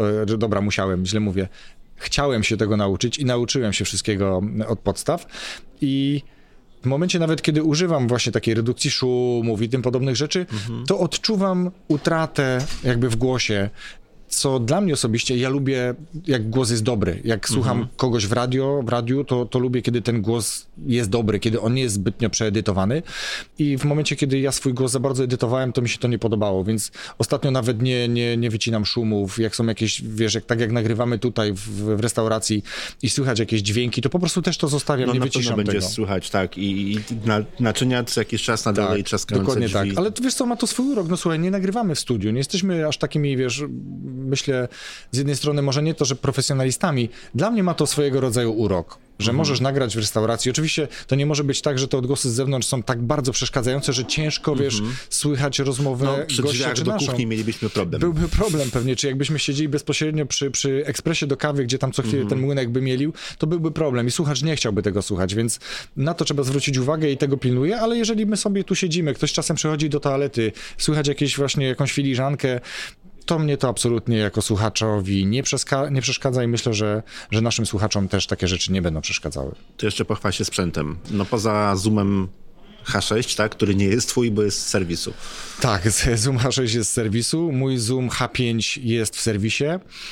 Źle mówię. Chciałem się tego nauczyć i nauczyłem się wszystkiego od podstaw. I w momencie nawet, kiedy używam właśnie takiej redukcji szumów i tym podobnych rzeczy, to odczuwam utratę jakby w głosie, co dla mnie osobiście, ja lubię, jak głos jest dobry. Jak słucham kogoś w radiu, to lubię, kiedy ten głos jest dobry, kiedy on nie jest zbytnio przeedytowany. I w momencie, kiedy ja swój głos za bardzo edytowałem, to mi się to nie podobało, więc ostatnio nawet nie wycinam szumów. Jak są jakieś, wiesz, tak jak nagrywamy tutaj w restauracji i słychać jakieś dźwięki, to po prostu też to zostawiam, nie wyciszam tego. Będzie słychać, tak. I naczynia co jakiś czas na dole i trzaskające dokładnie drzwi. Tak, ale wiesz co, ma to swój urok. No słuchaj, nie nagrywamy w studiu, nie jesteśmy aż takimi, wiesz, myślę, z jednej strony może nie to, że profesjonalistami, dla mnie ma to swojego rodzaju urok, że możesz nagrać w restauracji. Oczywiście to nie może być tak, że te odgłosy z zewnątrz są tak bardzo przeszkadzające, że ciężko, wiesz, słychać rozmowę przy gościa drzwiach czy do naszą. kuchni mielibyśmy problem. Byłby problem pewnie, czy jakbyśmy siedzieli bezpośrednio przy ekspresie do kawy, gdzie tam co chwilę ten młynek by mielił, to byłby problem i słuchacz nie chciałby tego słuchać, więc na to trzeba zwrócić uwagę i tego pilnuję, ale jeżeli my sobie tu siedzimy, ktoś czasem przychodzi do toalety, słychać jakąś filiżankę, to mnie to absolutnie jako słuchaczowi nie przeszkadza i myślę, że naszym słuchaczom też takie rzeczy nie będą przeszkadzały. To jeszcze pochwal się sprzętem. No poza Zoomem H6, tak, który nie jest twój, bo jest z serwisu. Tak, Zoom H6 jest z serwisu, mój Zoom H5 jest w serwisie.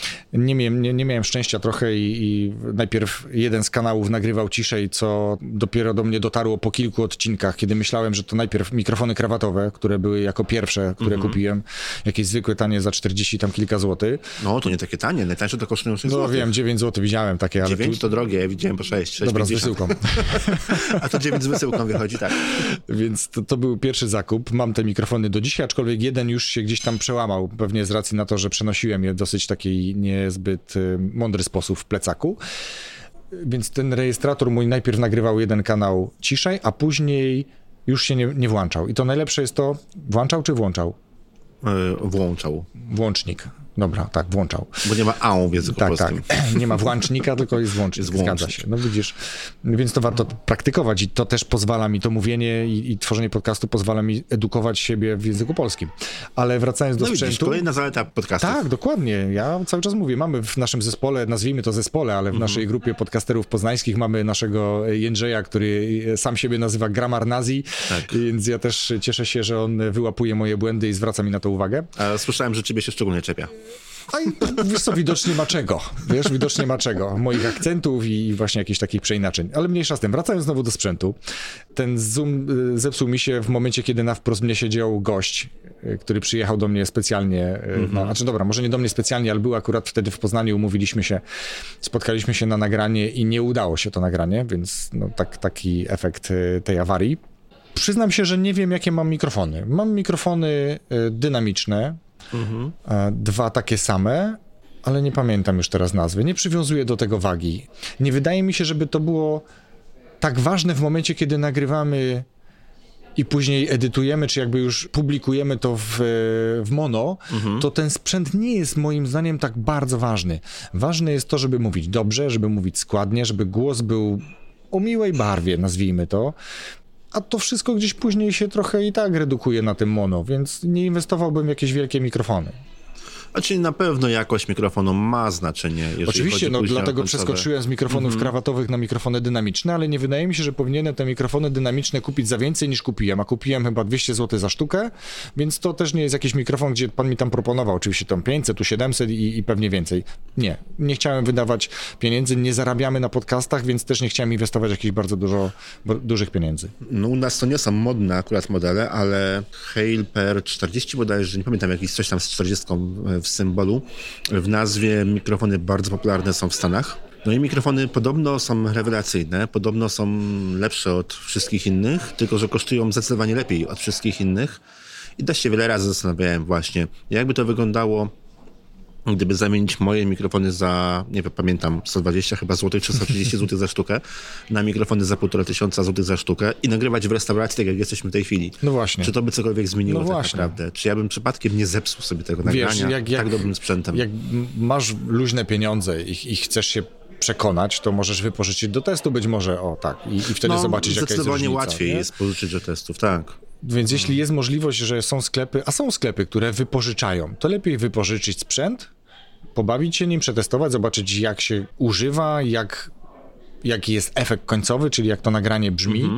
Nie miałem szczęścia trochę i najpierw jeden z kanałów nagrywał ciszej, co dopiero do mnie dotarło po kilku odcinkach, kiedy myślałem, że to najpierw mikrofony krawatowe, które były jako pierwsze, które kupiłem, jakieś zwykłe, tanie za 40 tam kilka złotych. No to nie takie tanie, najtańsze to kosztują 6 zł. No wiem, 9 zł widziałem takie, ale 9 to drogie, widziałem po 6. Dobra, z wysyłką. A to 9 z wysyłką wychodzi, tak. Więc to był pierwszy zakup. Mam te mikrofony do dzisiaj, aczkolwiek jeden już się gdzieś tam przełamał, pewnie z racji na to, że przenosiłem je w dosyć taki niezbyt mądry sposób w plecaku. Więc ten rejestrator mój najpierw nagrywał jeden kanał ciszej, a później już się nie włączał. I to najlepsze jest to, włączał czy włączał? Włączał. Włącznik. Dobra, tak, włączał. Bo nie ma ału w języku polskim. Tak. Nie ma włącznika, tylko jest włącznik. Zgadza się. No widzisz, więc to warto praktykować i to też pozwala mi, to mówienie i tworzenie podcastu pozwala mi edukować siebie w języku polskim. Ale wracając do sprzętu... Widzisz, kolejna zaleta podcastów. Tak, dokładnie. Ja cały czas mówię, mamy w naszym zespole, nazwijmy to zespole, ale w naszej grupie podcasterów poznańskich mamy naszego Jędrzeja, który sam siebie nazywa Grammar Nazi, więc ja też cieszę się, że on wyłapuje moje błędy i zwraca mi na to uwagę. A słyszałem, że ciebie się szczególnie czepia. A wiesz co, widocznie ma czego. Moich akcentów i właśnie jakichś takich przeinaczeń. Ale mniejsza z tym. Wracając znowu do sprzętu. Ten Zoom zepsuł mi się w momencie, kiedy na wprost mnie siedział gość, który przyjechał do mnie specjalnie. Znaczy dobra, może nie do mnie specjalnie, ale był akurat wtedy w Poznaniu, umówiliśmy się, spotkaliśmy się na nagranie i nie udało się to nagranie, więc no, taki efekt tej awarii. Przyznam się, że nie wiem, jakie mam mikrofony. Mam mikrofony dynamiczne, 2 takie same, ale nie pamiętam już teraz nazwy. Nie przywiązuję do tego wagi. Nie wydaje mi się, żeby to było tak ważne w momencie, kiedy nagrywamy i później edytujemy, czy jakby już publikujemy to w mono, to ten sprzęt nie jest moim zdaniem tak bardzo ważny. Ważne jest to, żeby mówić dobrze, żeby mówić składnie, żeby głos był o miłej barwie, nazwijmy to. A to wszystko gdzieś później się trochę i tak redukuje na tym mono, więc nie inwestowałbym w jakieś wielkie mikrofony. Czyli na pewno jakość mikrofonu ma znaczenie. Oczywiście, dlatego przeskoczyłem z mikrofonów krawatowych na mikrofony dynamiczne, ale nie wydaje mi się, że powinienem te mikrofony dynamiczne kupić za więcej niż kupiłem, a kupiłem chyba 200 zł za sztukę, więc to też nie jest jakiś mikrofon, gdzie pan mi tam proponował, oczywiście tam 500, tu 700 i pewnie więcej. Nie chciałem wydawać pieniędzy, nie zarabiamy na podcastach, więc też nie chciałem inwestować jakichś bardzo dużych pieniędzy. No u nas to nie są modne akurat modele, ale Hale Per 40 bodajże, nie pamiętam, jakiś coś tam z 40 w symbolu, w nazwie. Mikrofony bardzo popularne są w Stanach. No i mikrofony podobno są rewelacyjne, podobno są lepsze od wszystkich innych, tylko że kosztują zdecydowanie lepiej od wszystkich innych. I też się wiele razy zastanawiałem właśnie, jakby to wyglądało, gdyby zamienić moje mikrofony za, nie pamiętam, 120 chyba złotych, czy 130 zł za sztukę, na mikrofony za 1500 zł za sztukę i nagrywać w restauracji, tak jak jesteśmy w tej chwili. No właśnie. Czy to by cokolwiek zmieniło tak naprawdę? Czy ja bym przypadkiem nie zepsuł sobie tego nagrania tak dobrym sprzętem? Jak masz luźne pieniądze i chcesz się przekonać, to możesz wypożyczyć do testu być może, i wtedy zobaczyć, jaka jest różnica. Zdecydowanie łatwiej jest pożyczyć do testów, tak. Więc jeśli jest możliwość, że są sklepy, które wypożyczają, to lepiej wypożyczyć sprzęt, pobawić się nim, przetestować, zobaczyć jak się używa, jaki jest efekt końcowy, czyli jak to nagranie brzmi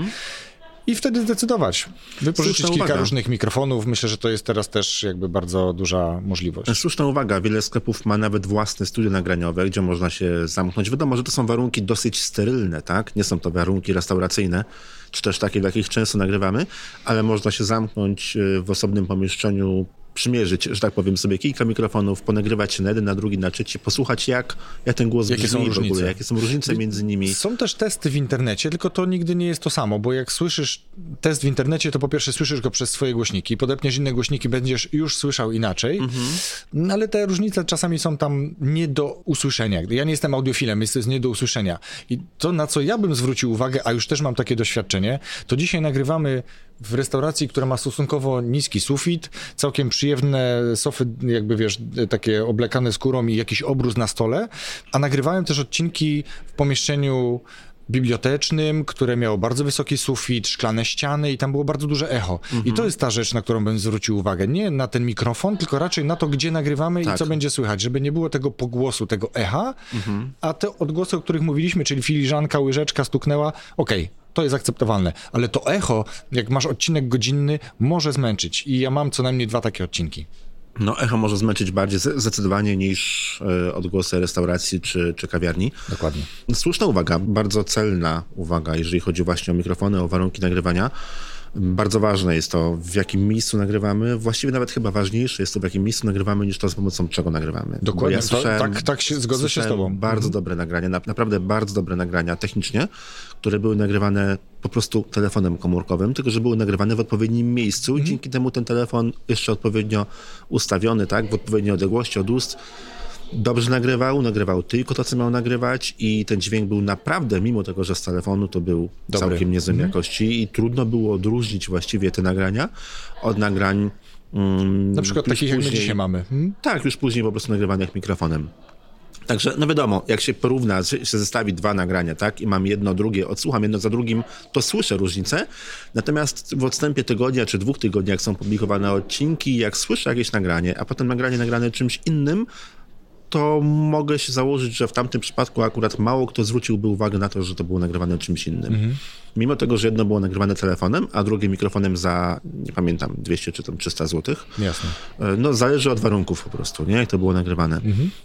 i wtedy zdecydować. Wypożyczyć kilka różnych mikrofonów. Myślę, że to jest teraz też jakby bardzo duża możliwość. Słuszna uwaga. Wiele sklepów ma nawet własne studio nagraniowe, gdzie można się zamknąć. Wiadomo, że to są warunki dosyć sterylne, tak? Nie są to warunki restauracyjne, czy też takie, w jakich często nagrywamy, ale można się zamknąć w osobnym pomieszczeniu, przymierzyć, że tak powiem, sobie kilka mikrofonów, ponagrywać się na jeden, na drugi, na trzeci, posłuchać jak ten głos brzmi w ogóle, jakie są różnice między nimi. Są też testy w internecie, tylko to nigdy nie jest to samo, bo jak słyszysz test w internecie, to po pierwsze słyszysz go przez swoje głośniki, podepniesz inne głośniki, będziesz już słyszał inaczej, ale te różnice czasami są tam nie do usłyszenia. Ja nie jestem audiofilem, jest to nie do usłyszenia. I to, na co ja bym zwrócił uwagę, a już też mam takie doświadczenie, to dzisiaj nagrywamy w restauracji, która ma stosunkowo niski sufit, całkiem przyjemne sofy, jakby wiesz, takie oblekane skórą i jakiś obrus na stole, a nagrywałem też odcinki w pomieszczeniu bibliotecznym, które miało bardzo wysoki sufit, szklane ściany i tam było bardzo duże echo. I to jest ta rzecz, na którą bym zwrócił uwagę. Nie na ten mikrofon, tylko raczej na to, gdzie nagrywamy i co będzie słychać, żeby nie było tego pogłosu, tego echa, a te odgłosy, o których mówiliśmy, czyli filiżanka, łyżeczka stuknęła, to jest akceptowalne, ale to echo, jak masz odcinek godzinny, może zmęczyć i ja mam co najmniej 2 takie odcinki. No echo może zmęczyć bardziej zdecydowanie niż odgłosy restauracji czy kawiarni. Dokładnie. Słuszna uwaga, bardzo celna uwaga, jeżeli chodzi właśnie o mikrofony, o warunki nagrywania. Bardzo ważne jest to, w jakim miejscu nagrywamy. Właściwie nawet chyba ważniejsze jest to, w jakim miejscu nagrywamy, niż to, z pomocą czego nagrywamy. Dokładnie, tak się zgodzę się z tobą. Bardzo dobre nagrania, naprawdę bardzo dobre nagrania technicznie, które były nagrywane po prostu telefonem komórkowym, tylko że były nagrywane w odpowiednim miejscu i dzięki temu ten telefon jeszcze odpowiednio ustawiony, tak, w odpowiedniej odległości od ust, dobrze nagrywał tylko to, co miał nagrywać i ten dźwięk był naprawdę, mimo tego, że z telefonu, to był całkiem niezłej jakości i trudno było odróżnić właściwie te nagrania od nagrań na przykład takich, jak my dzisiaj mamy. Tak, już później po prostu nagrywanych mikrofonem. Także, no wiadomo, jak się porówna, się zestawi 2 nagrania, tak, i mam jedno, drugie, odsłucham jedno za drugim, to słyszę różnicę. Natomiast w odstępie tygodnia czy 2 tygodni, jak są publikowane odcinki, jak słyszę jakieś nagranie, a potem nagrane czymś innym, to mogę się założyć, że w tamtym przypadku akurat mało kto zwróciłby uwagę na to, że to było nagrywane czymś innym. Mimo tego, że jedno było nagrywane telefonem, a drugie mikrofonem za, nie pamiętam, 200 czy tam 300 zł. Jasne. No zależy od warunków po prostu, nie? Jak to było nagrywane.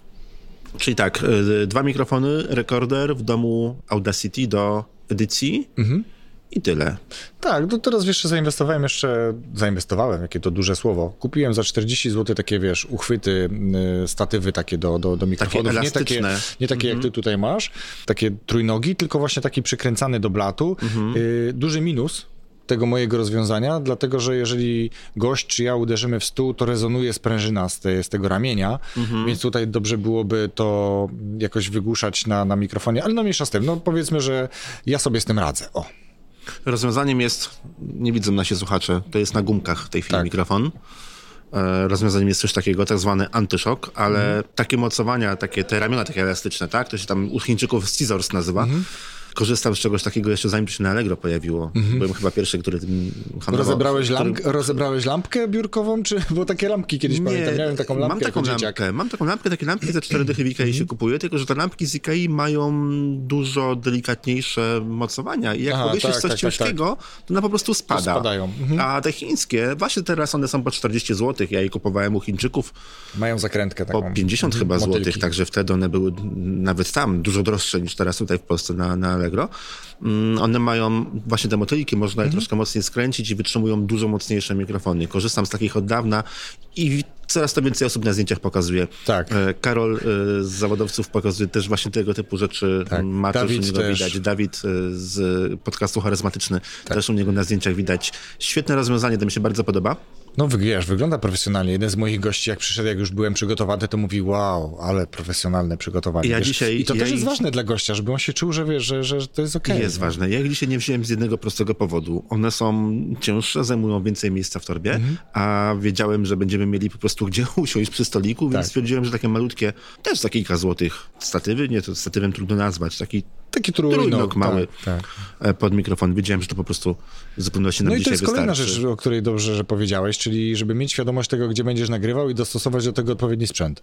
Czyli tak, 2 mikrofony, rekorder, w domu Audacity do edycji i tyle. Tak, to teraz wiesz, zainwestowałem, jakie to duże słowo. Kupiłem za 40 zł takie, wiesz, uchwyty, statywy takie do mikrofonów. Takie elastyczne. Nie takie jak ty tutaj masz, takie trójnogi, tylko właśnie taki przykręcany do blatu. Duży minus tego mojego rozwiązania, dlatego, że jeżeli gość czy ja uderzymy w stół, to rezonuje sprężyna z tego ramienia, więc tutaj dobrze byłoby to jakoś wygłuszać na mikrofonie, ale no mniejsza z tym. No powiedzmy, że ja sobie z tym radzę. Rozwiązaniem jest, nie widzą nasi słuchacze, to jest na gumkach w tej chwili mikrofon. Rozwiązaniem jest coś takiego, tak zwany antyszok, ale takie mocowania, te ramiona takie elastyczne, tak? To się tam u Chińczyków scissors nazywa. korzystam z czegoś takiego jeszcze zanim się na Allegro pojawiło. Byłem chyba pierwszy, który tym handlował. Rozebrałeś lampkę biurkową, czy? Bo takie lampki kiedyś pamiętam. Miałem taką lampkę mam taką lampkę, takie lampki za 4 dychy w Ikei się kupuje, tylko że te lampki z Ikei mają dużo delikatniejsze mocowania i jak powiesisz coś ciężkiego, to ona po prostu spada. Spadają. A te chińskie, właśnie teraz one są po 40 zł, ja je kupowałem u Chińczyków. Mają zakrętkę taką. Po 50 chyba złotych, także wtedy one były nawet tam dużo droższe niż teraz tutaj w Polsce na Allegro. One mają właśnie te motylki, można je troszkę mocniej skręcić i wytrzymują dużo mocniejsze mikrofony. Korzystam z takich od dawna i coraz to więcej osób na zdjęciach pokazuje. Tak. Karol z zawodowców pokazuje też właśnie tego typu rzeczy. Tak. Ma też u niego też. widać. Dawid z podcastu Charyzmatyczny, też u niego na zdjęciach widać. Świetne rozwiązanie, to mi się bardzo podoba. No wiesz, wygląda profesjonalnie. Jeden z moich gości, jak przyszedł, jak już byłem przygotowany, to mówi, wow, ale profesjonalne przygotowanie. I to też jest ważne dla gościa, żeby on się czuł, że wiesz, że to jest okej. Jest ważne. Ja ich dzisiaj nie wziąłem z jednego prostego powodu. One są cięższe, zajmują więcej miejsca w torbie, a wiedziałem, że będziemy mieli po prostu gdzie usiąść przy stoliku, więc stwierdziłem, że takie malutkie, też za kilka złotych statywy, nie, to statywem trudno nazwać, taki trójnóg mały pod mikrofon. Wiedziałem, że to po prostu w zupełności nam dzisiaj wystarczy. No i to jest kolejna rzecz, o której dobrze, że powiedziałeś, czyli żeby mieć świadomość tego, gdzie będziesz nagrywał i dostosować do tego odpowiedni sprzęt.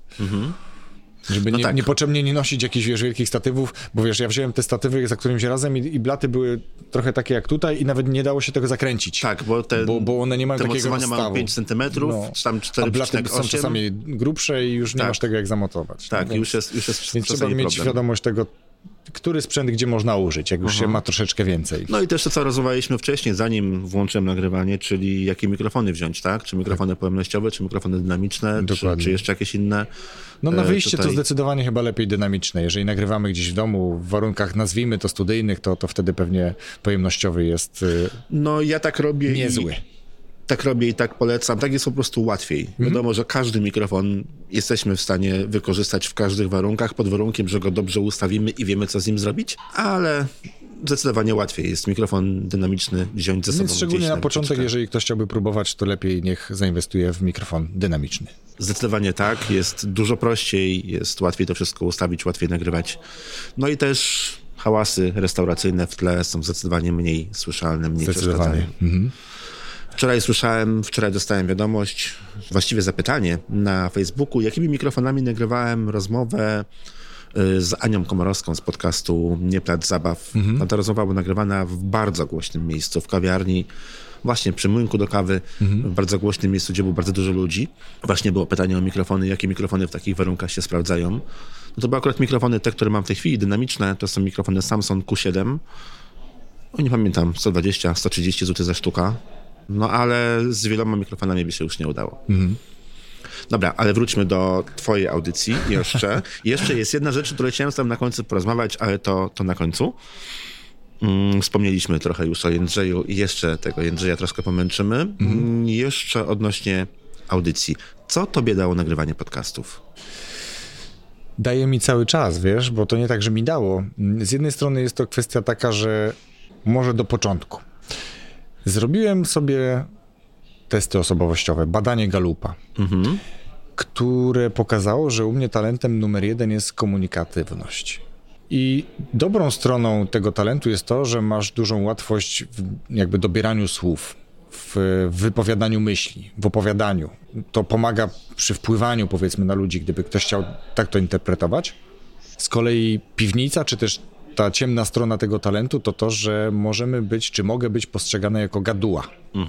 Żeby niepotrzebnie nie nosić jakichś wielkich statywów, bo ja wziąłem te statywy za którymś razem i blaty były trochę takie jak tutaj i nawet nie dało się tego zakręcić. Tak, bo one nie mają takiego mocowania mają 5 cm, czy tam 4,8. A blaty są czasami grubsze i już nie masz tego jak zamontować. Tak, no, już jest więc trzeba mieć świadomość tego, który sprzęt gdzie można użyć, jak już się ma troszeczkę więcej. No i też to, co rozmawialiśmy wcześniej, zanim włączyłem nagrywanie, czyli jakie mikrofony wziąć, tak? Czy mikrofony pojemnościowe, czy mikrofony dynamiczne, czy jeszcze jakieś inne. No na wyjście to zdecydowanie chyba lepiej dynamiczne. Jeżeli nagrywamy gdzieś w domu, w warunkach nazwijmy to studyjnych, to wtedy pewnie pojemnościowy jest ja tak robię niezły. Tak robię i tak polecam. Tak jest po prostu łatwiej. Wiadomo, że każdy mikrofon jesteśmy w stanie wykorzystać w każdych warunkach, pod warunkiem, że go dobrze ustawimy i wiemy, co z nim zrobić, ale zdecydowanie łatwiej jest mikrofon dynamiczny wziąć ze sobą. Więc szczególnie na początek, jeżeli ktoś chciałby próbować, to lepiej niech zainwestuje w mikrofon dynamiczny. Zdecydowanie tak. Jest dużo prościej, jest łatwiej to wszystko ustawić, łatwiej nagrywać. No i też hałasy restauracyjne w tle są zdecydowanie mniej słyszalne, mniej przeszkadzają. Wczoraj dostałem wiadomość, właściwie zapytanie na Facebooku, jakimi mikrofonami nagrywałem rozmowę z Anią Komorowską z podcastu Nie Plac Zabaw. Ta rozmowa była nagrywana w bardzo głośnym miejscu, w kawiarni, właśnie przy młynku do kawy, w bardzo głośnym miejscu, gdzie było bardzo dużo ludzi. Właśnie było pytanie o mikrofony, jakie mikrofony w takich warunkach się sprawdzają. No to były akurat mikrofony te, które mam w tej chwili, dynamiczne, to są mikrofony Samson Q7. Nie pamiętam, 120, 130 zł za sztuka. No ale z wieloma mikrofonami by się już nie udało. Dobra, ale wróćmy do twojej audycji jeszcze. Jeszcze jest jedna rzecz, o której chciałem z tobą na końcu porozmawiać, ale to na końcu. Wspomnieliśmy trochę już o Jędrzeju i jeszcze tego Jędrzeja troszkę pomęczymy. Jeszcze odnośnie audycji. Co tobie dało nagrywanie podcastów? Daje mi cały czas, wiesz, bo to nie tak, że mi dało. Z jednej strony jest to kwestia taka, że może do początku. Zrobiłem sobie testy osobowościowe, badanie Gallupa, które pokazało, że u mnie talentem numer 1 jest komunikatywność. I dobrą stroną tego talentu jest to, że masz dużą łatwość w jakby dobieraniu słów, w wypowiadaniu myśli, w opowiadaniu. To pomaga przy wpływaniu, powiedzmy, na ludzi, gdyby ktoś chciał tak to interpretować. Z kolei piwnica, czy też ta ciemna strona tego talentu to to, że możemy być, czy mogę być postrzegany jako gaduła.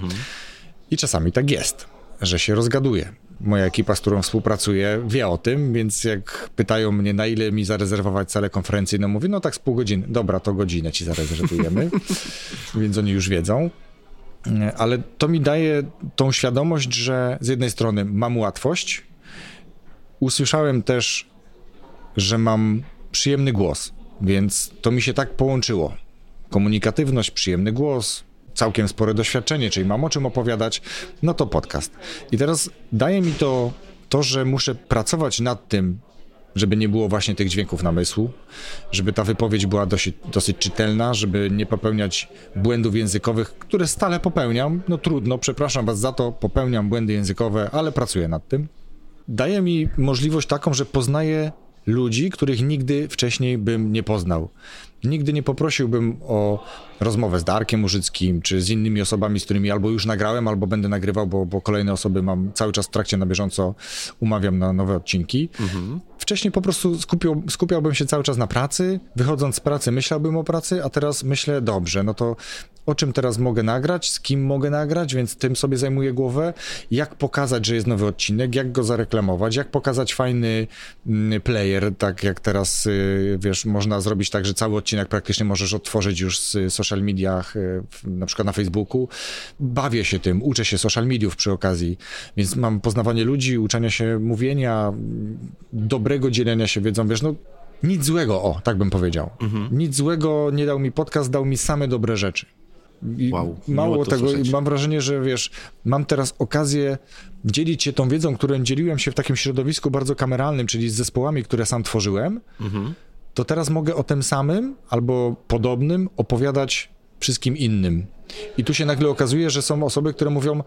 I czasami tak jest, że się rozgaduję. Moja ekipa, z którą współpracuję, wie o tym, więc jak pytają mnie, na ile mi zarezerwować salę konferencyjną, mówię, no tak z pół godziny. Dobra, to godzinę ci zarezerwujemy, więc oni już wiedzą. Ale to mi daje tą świadomość, że z jednej strony mam łatwość. Usłyszałem też, że mam przyjemny głos, więc to mi się tak połączyło. Komunikatywność, przyjemny głos, całkiem spore doświadczenie, czyli mam o czym opowiadać, no to podcast. I teraz daje mi to, że muszę pracować nad tym, żeby nie było właśnie tych dźwięków namysłu, żeby ta wypowiedź była dosyć czytelna, żeby nie popełniać błędów językowych, które stale popełniam. No trudno, przepraszam was za to, popełniam błędy językowe, ale pracuję nad tym. Daje mi możliwość taką, że poznaję ludzi, których nigdy wcześniej bym nie poznał. nigdy nie poprosiłbym o rozmowę z Darkiem Użyckim, czy z innymi osobami, z którymi albo już nagrałem, albo będę nagrywał, bo kolejne osoby mam cały czas w trakcie na bieżąco, umawiam na nowe odcinki. Wcześniej po prostu skupiałbym się cały czas na pracy, wychodząc z pracy myślałbym o pracy, a teraz myślę, dobrze, no to o czym teraz mogę nagrać, z kim mogę nagrać, więc tym sobie zajmuję głowę, jak pokazać, że jest nowy odcinek, jak go zareklamować, jak pokazać fajny player, tak jak teraz, wiesz, można zrobić tak, że cały odcinek praktycznie możesz odtworzyć już z social mediach, na przykład na Facebooku. Bawię się tym, uczę się social mediów przy okazji, więc mam poznawanie ludzi, uczenia się mówienia, dobrego dzielenia się wiedzą, wiesz, no nic złego, tak bym powiedział. Nic złego nie dał mi podcast, dał mi same dobre rzeczy. Wow, mało tego, mam wrażenie, że wiesz, mam teraz okazję dzielić się tą wiedzą, którą dzieliłem się w takim środowisku bardzo kameralnym, czyli z zespołami, które sam tworzyłem, to teraz mogę o tym samym albo podobnym opowiadać wszystkim innym. I tu się nagle okazuje, że są osoby, które mówią,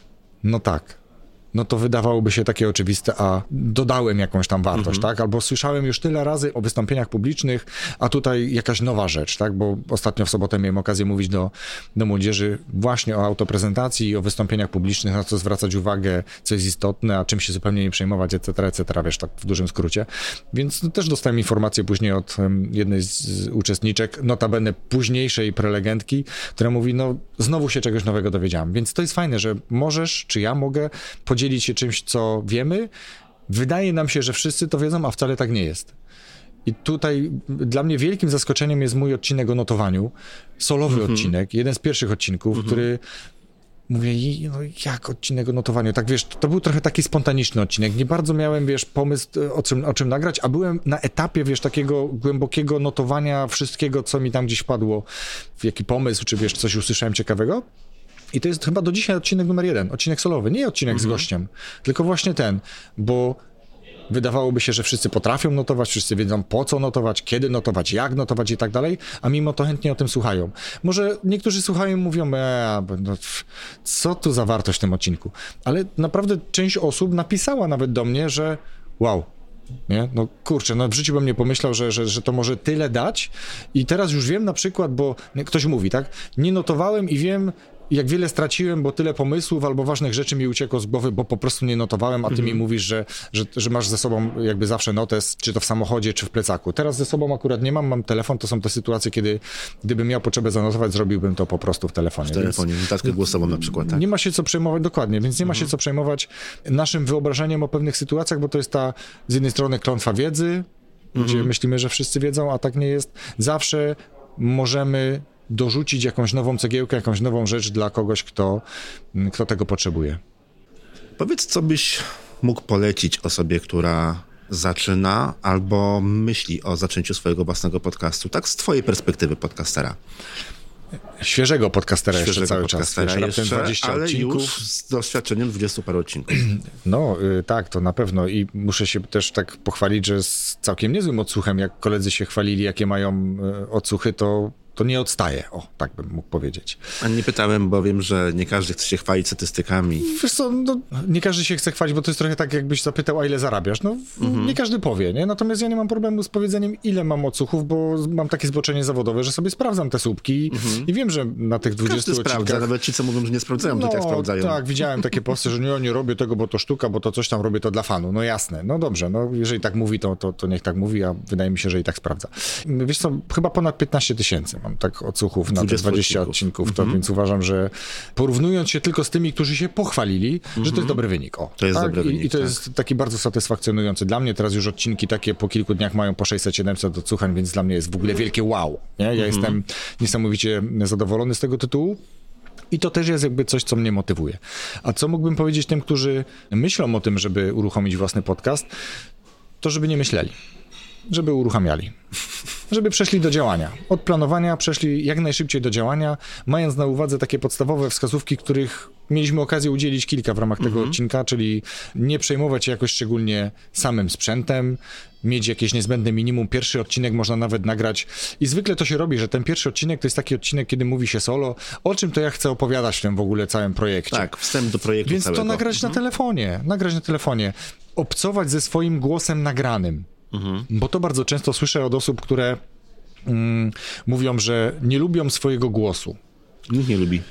no tak, no to wydawałoby się takie oczywiste, a dodałem jakąś tam wartość, tak? Albo słyszałem już tyle razy o wystąpieniach publicznych, a tutaj jakaś nowa rzecz, tak? Bo ostatnio w sobotę miałem okazję mówić do młodzieży właśnie o autoprezentacji i o wystąpieniach publicznych, na co zwracać uwagę, co jest istotne, a czym się zupełnie nie przejmować, etc., wiesz, tak w dużym skrócie. Więc no, też dostałem informację później od jednej z uczestniczek, notabene późniejszej prelegentki, która mówi, no znowu się czegoś nowego dowiedziałam. Więc to jest fajne, że możesz, czy ja mogę podzielić się czymś, co wiemy. Wydaje nam się, że wszyscy to wiedzą, a wcale tak nie jest. I tutaj dla mnie wielkim zaskoczeniem jest mój odcinek o notowaniu. Solowy odcinek, jeden z pierwszych odcinków, który mówię, no jak odcinek o notowaniu? Tak wiesz, to był trochę taki spontaniczny odcinek. Nie bardzo miałem, wiesz, pomysł o czym nagrać, a byłem na etapie, wiesz, takiego głębokiego notowania wszystkiego, co mi tam gdzieś wpadło, w jaki pomysł, czy wiesz, coś usłyszałem ciekawego. I to jest chyba do dzisiaj odcinek numer 1, odcinek solowy, nie odcinek z gościem, tylko właśnie ten, bo wydawałoby się, że wszyscy potrafią notować, wszyscy wiedzą po co notować, kiedy notować, jak notować i tak dalej, a mimo to chętnie o tym słuchają. Może niektórzy słuchają i mówią, no, co tu za wartość w tym odcinku, ale naprawdę część osób napisała nawet do mnie, że wow, nie? No kurczę, no w życiu bym nie pomyślał, że to może tyle dać i teraz już wiem na przykład, bo ktoś mówi, tak, nie notowałem i wiem, jak wiele straciłem, bo tyle pomysłów albo ważnych rzeczy mi uciekło z głowy, bo po prostu nie notowałem, a ty mi mówisz, że masz ze sobą jakby zawsze notes, czy to w samochodzie, czy w plecaku. Teraz ze sobą akurat nie mam telefon, to są te sytuacje, kiedy gdybym miał potrzebę zanotować, zrobiłbym to po prostu w telefonie. W telefonie, notatkę głosową na przykład, tak. Nie ma się co przejmować, dokładnie, więc nie ma się co przejmować naszym wyobrażeniem o pewnych sytuacjach, bo to jest ta z jednej strony klątwa wiedzy, gdzie myślimy, że wszyscy wiedzą, a tak nie jest. Zawsze możemy dorzucić jakąś nową cegiełkę, jakąś nową rzecz dla kogoś, kto tego potrzebuje. Powiedz, co byś mógł polecić osobie, która zaczyna albo myśli o zaczęciu swojego własnego podcastu, tak z twojej perspektywy podcastera. Świeżego podcastera jeszcze cały czas. Raptem 20 ale odcinków. już z doświadczeniem 20 paru odcinków. No tak, to na pewno i muszę się też tak pochwalić, że z całkiem niezłym odsłuchem, jak koledzy się chwalili, jakie mają odsłuchy, to nie odstaje, tak bym mógł powiedzieć. A nie pytałem, bo wiem, że nie każdy chce się chwalić statystykami. Wiesz co, no, nie każdy się chce chwalić, bo to jest trochę tak, jakbyś zapytał, a ile zarabiasz. No, nie każdy powie, nie? Natomiast ja nie mam problemu z powiedzeniem, ile mam odsłuchów, bo mam takie zboczenie zawodowe, że sobie sprawdzam te słupki i wiem, że na tych 20 każdy odcinkach... sprawdza, nawet ci, co mówią, że nie sprawdzają, to tak sprawdzają. Tak, widziałem takie posty, że nie robię tego, bo to sztuka, bo to coś tam robię to dla fanu. No jasne, no dobrze, no jeżeli tak mówi, to niech tak mówi, a wydaje mi się, że i tak sprawdza. Wiesz co, chyba ponad 15 000 mam tak odsłuchów na te 20 odcinków, to więc uważam, że porównując się tylko z tymi, którzy się pochwalili, że to jest dobry wynik. To jest dobry wynik. I to jest taki bardzo satysfakcjonujący dla mnie. Teraz już odcinki takie po kilku dniach mają po 600-700 odsłuchań, więc dla mnie jest w ogóle wielkie wow. Nie? Ja jestem niesamowicie zadowolony z tego tytułu. I to też jest jakby coś, co mnie motywuje. A co mógłbym powiedzieć tym, którzy myślą o tym, żeby uruchomić własny podcast, to żeby nie myśleli, żeby uruchamiali. Żeby przeszli do działania. Od planowania przeszli jak najszybciej do działania, mając na uwadze takie podstawowe wskazówki, których mieliśmy okazję udzielić kilka w ramach tego odcinka, czyli nie przejmować się jakoś szczególnie samym sprzętem, mieć jakieś niezbędne minimum. Pierwszy odcinek można nawet nagrać i zwykle to się robi, że ten pierwszy odcinek to jest taki odcinek, kiedy mówi się solo, o czym to ja chcę opowiadać w tym w ogóle całym projekcie. Tak, wstęp do projektu więc całego. To nagrać na telefonie, obcować ze swoim głosem nagranym. Bo to bardzo często słyszę od osób, które mówią, że nie lubią swojego głosu. Nikt nie lubi.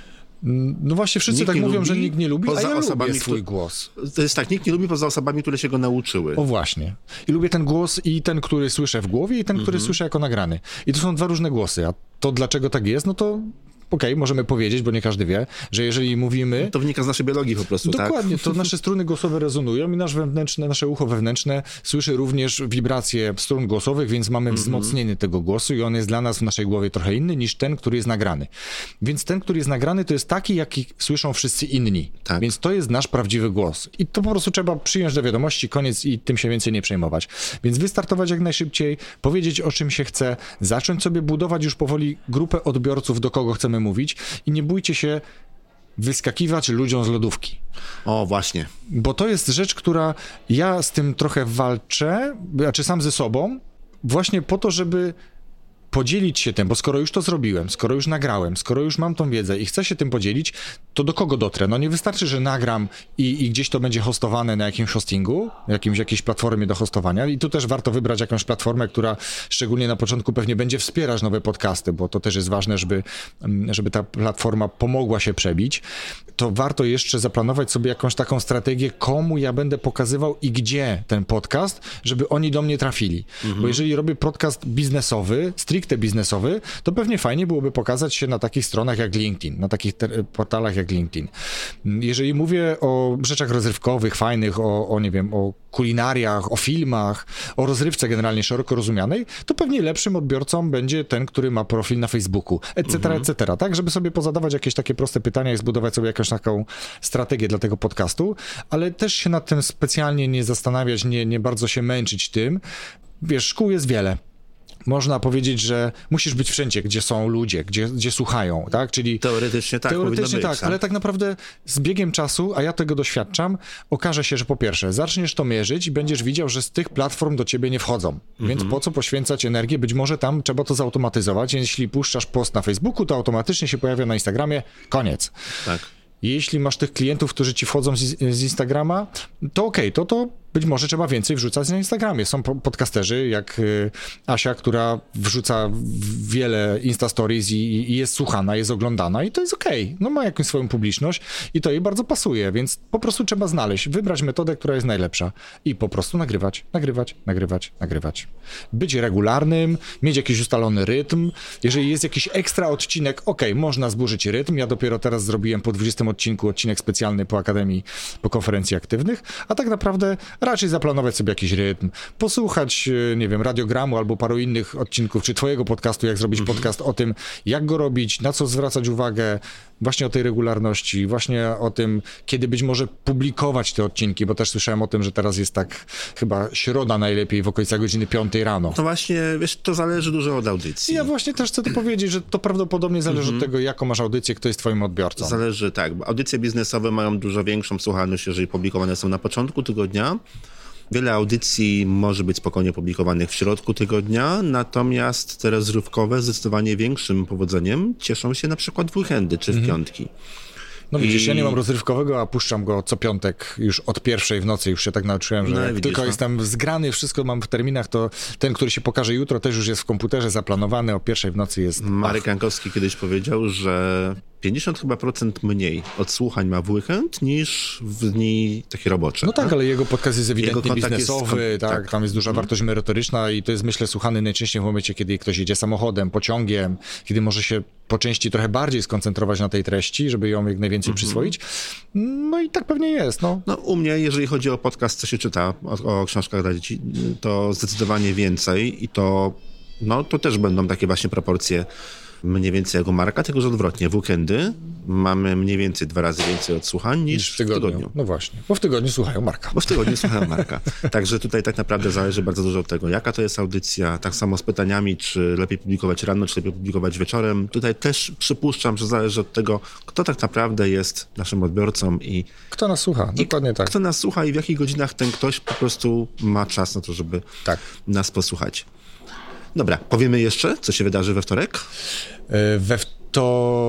No właśnie wszyscy Nikt tak nie mówią, lubi, że nikt nie lubi, a ja lubię swój kto... głos. To jest tak, nikt nie lubi poza osobami, które się go nauczyły. O właśnie. I lubię ten głos i ten, który słyszę w głowie i ten, który słyszę jako nagrany. I to są dwa różne głosy, a to dlaczego tak jest, no to okej, możemy powiedzieć, bo nie każdy wie, że jeżeli mówimy... To wynika z naszej biologii po prostu, Dokładnie, tak? to nasze struny głosowe rezonują i nasze ucho wewnętrzne słyszy również wibracje strun głosowych, więc mamy wzmocnienie tego głosu i on jest dla nas w naszej głowie trochę inny niż ten, który jest nagrany. Więc ten, który jest nagrany, to jest taki, jaki słyszą wszyscy inni. Tak. Więc to jest nasz prawdziwy głos. I to po prostu trzeba przyjąć do wiadomości, koniec i tym się więcej nie przejmować. Więc wystartować jak najszybciej, powiedzieć o czym się chce, zacząć sobie budować już powoli grupę odbiorców, do kogo chcemy mówić i nie bójcie się wyskakiwać ludziom z lodówki. O, właśnie. Bo to jest rzecz, która ja z tym trochę walczę, znaczy sam ze sobą, właśnie po to, żeby podzielić się tym, bo skoro już to zrobiłem, skoro już nagrałem, skoro już mam tą wiedzę i chcę się tym podzielić, to do kogo dotrę? No nie wystarczy, że nagram i gdzieś to będzie hostowane na jakimś hostingu, jakiejś platformie do hostowania i tu też warto wybrać jakąś platformę, która szczególnie na początku pewnie będzie wspierać nowe podcasty, bo to też jest ważne, żeby ta platforma pomogła się przebić. To warto jeszcze zaplanować sobie jakąś taką strategię, komu ja będę pokazywał i gdzie ten podcast, żeby oni do mnie trafili. Bo jeżeli robię podcast biznesowy, stricte biznesowy, to pewnie fajnie byłoby pokazać się na takich stronach jak LinkedIn, na takich portalach jak LinkedIn. Jeżeli mówię o rzeczach rozrywkowych, fajnych, nie wiem, o kulinariach, o filmach, o rozrywce generalnie szeroko rozumianej, to pewnie lepszym odbiorcą będzie ten, który ma profil na Facebooku, etc., tak? Żeby sobie pozadawać jakieś takie proste pytania i zbudować sobie jakąś taką strategię dla tego podcastu, ale też się nad tym specjalnie nie zastanawiać, nie bardzo się męczyć tym. Wiesz, szkół jest wiele. Można powiedzieć, że musisz być wszędzie, gdzie są ludzie, gdzie słuchają, tak? Czyli teoretycznie tak, teoretycznie być, tak, ale tak naprawdę z biegiem czasu, a ja tego doświadczam, okaże się, że po pierwsze, zaczniesz to mierzyć i będziesz widział, że z tych platform do ciebie nie wchodzą. Więc po co poświęcać energię? Być może tam trzeba to zautomatyzować. Jeśli puszczasz post na Facebooku, to automatycznie się pojawia na Instagramie. Koniec. Tak. Jeśli masz tych klientów, którzy ci wchodzą z Instagrama, to okej, to być może trzeba więcej wrzucać na Instagramie. Są podcasterzy jak Asia, która wrzuca wiele Insta Stories i jest słuchana, jest oglądana i to jest okej. No ma jakąś swoją publiczność i to jej bardzo pasuje, więc po prostu trzeba znaleźć, wybrać metodę, która jest najlepsza i po prostu nagrywać. Być regularnym, mieć jakiś ustalony rytm. Jeżeli jest jakiś ekstra odcinek, można zburzyć rytm. Ja dopiero teraz zrobiłem po 20 odcinku odcinek specjalny po Akademii, po konferencji aktywnych, a tak naprawdę raczej zaplanować sobie jakiś rytm, posłuchać, nie wiem, radiogramu albo paru innych odcinków, czy twojego podcastu, jak zrobić podcast o tym, jak go robić, na co zwracać uwagę, właśnie o tej regularności, właśnie o tym, kiedy być może publikować te odcinki, bo też słyszałem o tym, że teraz jest tak chyba środa najlepiej w okolicach godziny 5 rano. To właśnie, wiesz, to zależy dużo od audycji. Ja właśnie też chcę to powiedzieć, że to prawdopodobnie zależy od tego, jaką masz audycję, kto jest twoim odbiorcą. Zależy, tak, bo audycje biznesowe mają dużo większą słuchalność, jeżeli publikowane są na początku tygodnia. Wiele audycji może być spokojnie publikowanych w środku tygodnia, natomiast te rozrywkowe zdecydowanie większym powodzeniem cieszą się na przykład w weekendy czy w piątki. No widzisz, ja nie mam rozrywkowego, a puszczam go co piątek już od 1:00 w nocy. Już się tak nauczyłem, że jak tylko jestem zgrany, wszystko mam w terminach, to ten, który się pokaże jutro, też już jest w komputerze zaplanowany, o 1:00 w nocy jest... Marek Jankowski kiedyś powiedział, że 50% mniej odsłuchań ma w weekend niż w dni takie robocze. No tak, ale jego podcast jest ewidentnie biznesowy, jest, tak, tam jest duża wartość merytoryczna i to jest, myślę, słuchany najczęściej w momencie, kiedy ktoś jedzie samochodem, pociągiem, kiedy może się po części trochę bardziej skoncentrować na tej treści, żeby ją jak najwięcej przyswoić. No i tak pewnie jest, no. No u mnie, jeżeli chodzi o podcast, co się czyta, o książkach dla dzieci, to zdecydowanie więcej i to też będą takie właśnie proporcje mniej więcej jak u Marka, tylko że odwrotnie. W weekendy mamy mniej więcej 2 razy więcej odsłuchań niż w tygodniu. No właśnie, bo w tygodniu słuchają Marka. Także tutaj tak naprawdę zależy bardzo dużo od tego, jaka to jest audycja. Tak samo z pytaniami, czy lepiej publikować rano, czy lepiej publikować wieczorem. Tutaj też przypuszczam, że zależy od tego, kto tak naprawdę jest naszym odbiorcą i kto nas słucha, dokładnie tak. Kto nas słucha i w jakich godzinach ten ktoś po prostu ma czas na to, żeby nas posłuchać. Dobra, powiemy jeszcze, co się wydarzy we wtorek? We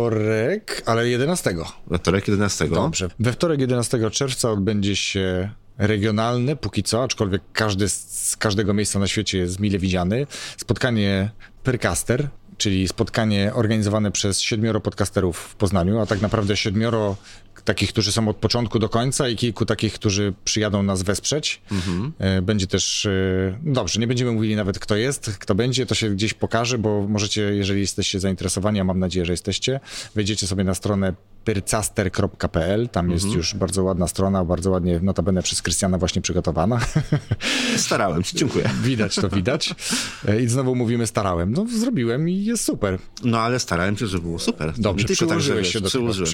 wtorek, ale 11. We wtorek 11. Dobrze. We wtorek 11 czerwca odbędzie się regionalne póki co, aczkolwiek każdy z każdego miejsca na świecie jest mile widziany. Spotkanie Percaster, czyli spotkanie organizowane przez 7 podcasterów w Poznaniu, a tak naprawdę 7 takich, którzy są od początku do końca i kilku takich, którzy przyjadą nas wesprzeć. Będzie też, dobrze, nie będziemy mówili nawet kto jest, kto będzie, to się gdzieś pokaże, bo możecie, jeżeli jesteście zainteresowani, a mam nadzieję, że jesteście, wejdziecie sobie na stronę percaster.pl, tam jest już bardzo ładna strona, bardzo ładnie, notabene przez Krystiana właśnie przygotowana. Starałem się, dziękuję. Widać. I znowu mówimy starałem. No zrobiłem i jest super. No ale starałem się, żeby było super. Dobrze, przyłożyłeś się do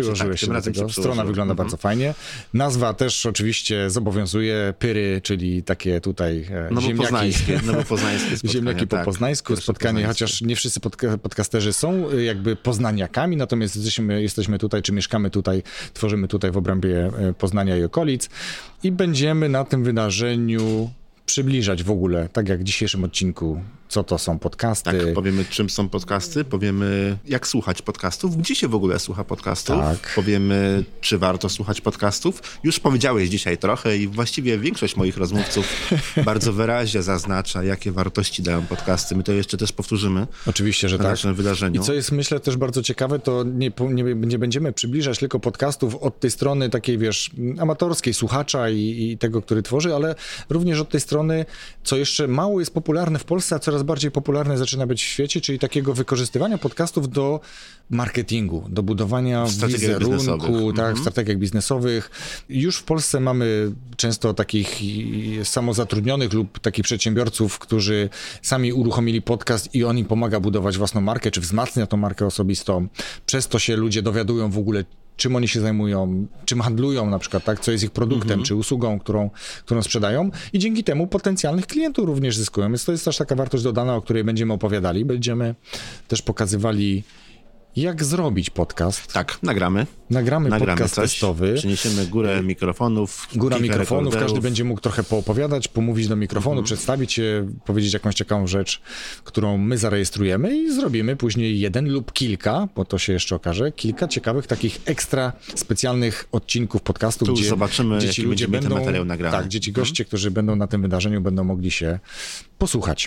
tego. Strona wygląda bardzo fajnie. Nazwa też oczywiście zobowiązuje. Pyry, czyli takie tutaj ziemniaki. Poznańskie ziemniaki po poznańsku. Spotkanie, chociaż nie wszyscy podcasterzy są jakby poznaniakami, natomiast jesteśmy tutaj, czy mieszkamy tutaj, tworzymy tutaj w obrębie Poznania i okolic i będziemy na tym wydarzeniu przybliżać w ogóle, tak jak w dzisiejszym odcinku, co to są podcasty. Tak, powiemy czym są podcasty, powiemy jak słuchać podcastów, gdzie się w ogóle słucha podcastów, powiemy czy warto słuchać podcastów. Już powiedziałeś dzisiaj trochę i właściwie większość moich rozmówców bardzo wyraźnie zaznacza, jakie wartości dają podcasty. My to jeszcze też powtórzymy. Oczywiście, że na naszym wydarzeniu. I co jest myślę też bardzo ciekawe, to nie będziemy przybliżać tylko podcastów od tej strony takiej, amatorskiej, słuchacza i tego, który tworzy, ale również od tej strony, co jeszcze mało jest popularne w Polsce, a coraz bardziej popularne zaczyna być w świecie, czyli takiego wykorzystywania podcastów do marketingu, do budowania wizerunku, w strategiach biznesowych. Już w Polsce mamy często takich samozatrudnionych lub takich przedsiębiorców, którzy sami uruchomili podcast i on im pomaga budować własną markę, czy wzmacnia tą markę osobistą. Przez to się ludzie dowiadują w ogóle, czym oni się zajmują, czym handlują na przykład, tak, co jest ich produktem, czy usługą, którą sprzedają i dzięki temu potencjalnych klientów również zyskują. Więc to jest też taka wartość dodana, o której będziemy opowiadali. Będziemy też pokazywali, jak zrobić podcast. Tak, nagramy podcast coś, testowy. Przyniesiemy górę mikrofonów. Każdy będzie mógł trochę poopowiadać, pomówić do mikrofonu, przedstawić się, powiedzieć jakąś ciekawą rzecz, którą my zarejestrujemy i zrobimy później jeden lub kilka, bo to się jeszcze okaże, kilka ciekawych takich ekstra specjalnych odcinków podcastu, tu gdzie zobaczymy, gdzie ci ludzie będą, ten materiał nagrany. Tak, gdzie ci goście, którzy będą na tym wydarzeniu, będą mogli się posłuchać.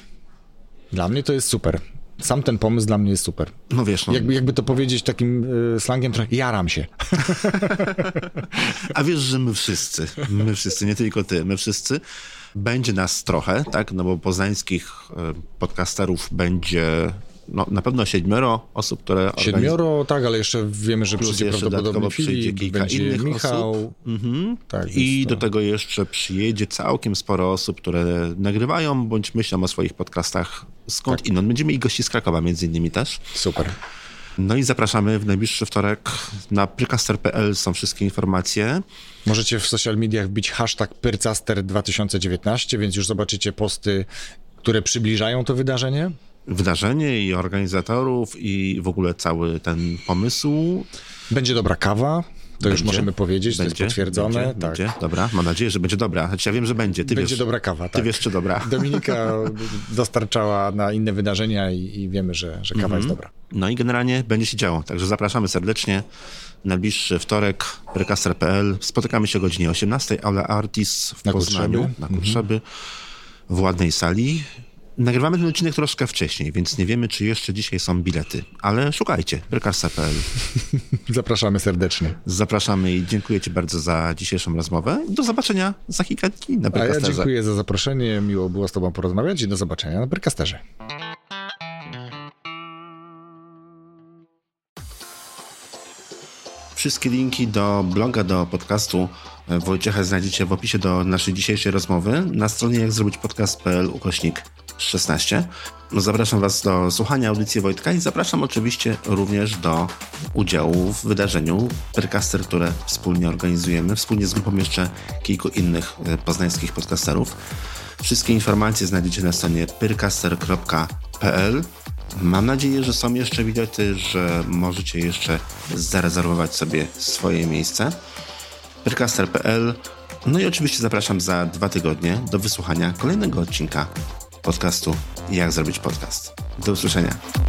Dla mnie to jest super. Sam ten pomysł dla mnie jest super. No wiesz, Jakby to powiedzieć takim slangiem, trochę jaram się. A wiesz, że my wszyscy, nie tylko ty, my wszyscy, będzie nas trochę, tak, no bo poznańskich podcasterów będzie na pewno 7 osób, które... 7, tak, ale jeszcze wiemy, że przyjdzie prawdopodobnie Filip, kilka będzie innych Michał. Osób. Tak, i do tego jeszcze przyjedzie całkiem sporo osób, które nagrywają, bądź myślą o swoich podcastach skąd inąd. Będziemy i gości z Krakowa między innymi też. Super. No i zapraszamy w najbliższy wtorek. Na percaster.pl są wszystkie informacje. Możecie w social mediach wbić hashtag Percaster2019, więc już zobaczycie posty, które przybliżają to wydarzenie i organizatorów i w ogóle cały ten pomysł. Będzie dobra kawa. To już możemy powiedzieć, to jest potwierdzone. Będzie, dobra. Mam nadzieję, że będzie dobra. Choć ja wiem, że będzie. Będzie dobra kawa, tak. Ty wiesz, czy dobra. Dominika dostarczała na inne wydarzenia i wiemy, że kawa jest dobra. No i generalnie będzie się działo. Także zapraszamy serdecznie. Najbliższy wtorek, percaster.pl. Spotykamy się o godzinie 18:00. Aula Artis w Poznaniu. Na Kurtrzeby. W ładnej sali. Nagrywamy ten odcinek troszkę wcześniej, więc nie wiemy, czy jeszcze dzisiaj są bilety, ale szukajcie, percaster.pl. Zapraszamy serdecznie. Zapraszamy i dziękuję ci bardzo za dzisiejszą rozmowę. Do zobaczenia za kilka dni na Percasterze. A ja dziękuję za zaproszenie, miło było z tobą porozmawiać i do zobaczenia na Percasterze. Wszystkie linki do bloga, do podcastu Wojciecha znajdziecie w opisie do naszej dzisiejszej rozmowy na stronie jakzrobićpodcast.pl/16. Zapraszam was do słuchania audycji Wojtka i zapraszam oczywiście również do udziału w wydarzeniu Percaster, które wspólnie organizujemy, wspólnie z grupą jeszcze kilku innych poznańskich podcasterów. Wszystkie informacje znajdziecie na stronie percaster.pl. Mam nadzieję, że są jeszcze bilety, że możecie jeszcze zarezerwować sobie swoje miejsce. Percaster.pl. No i oczywiście zapraszam za 2 tygodnie do wysłuchania kolejnego odcinka podcastu Jak zrobić podcast. Do usłyszenia.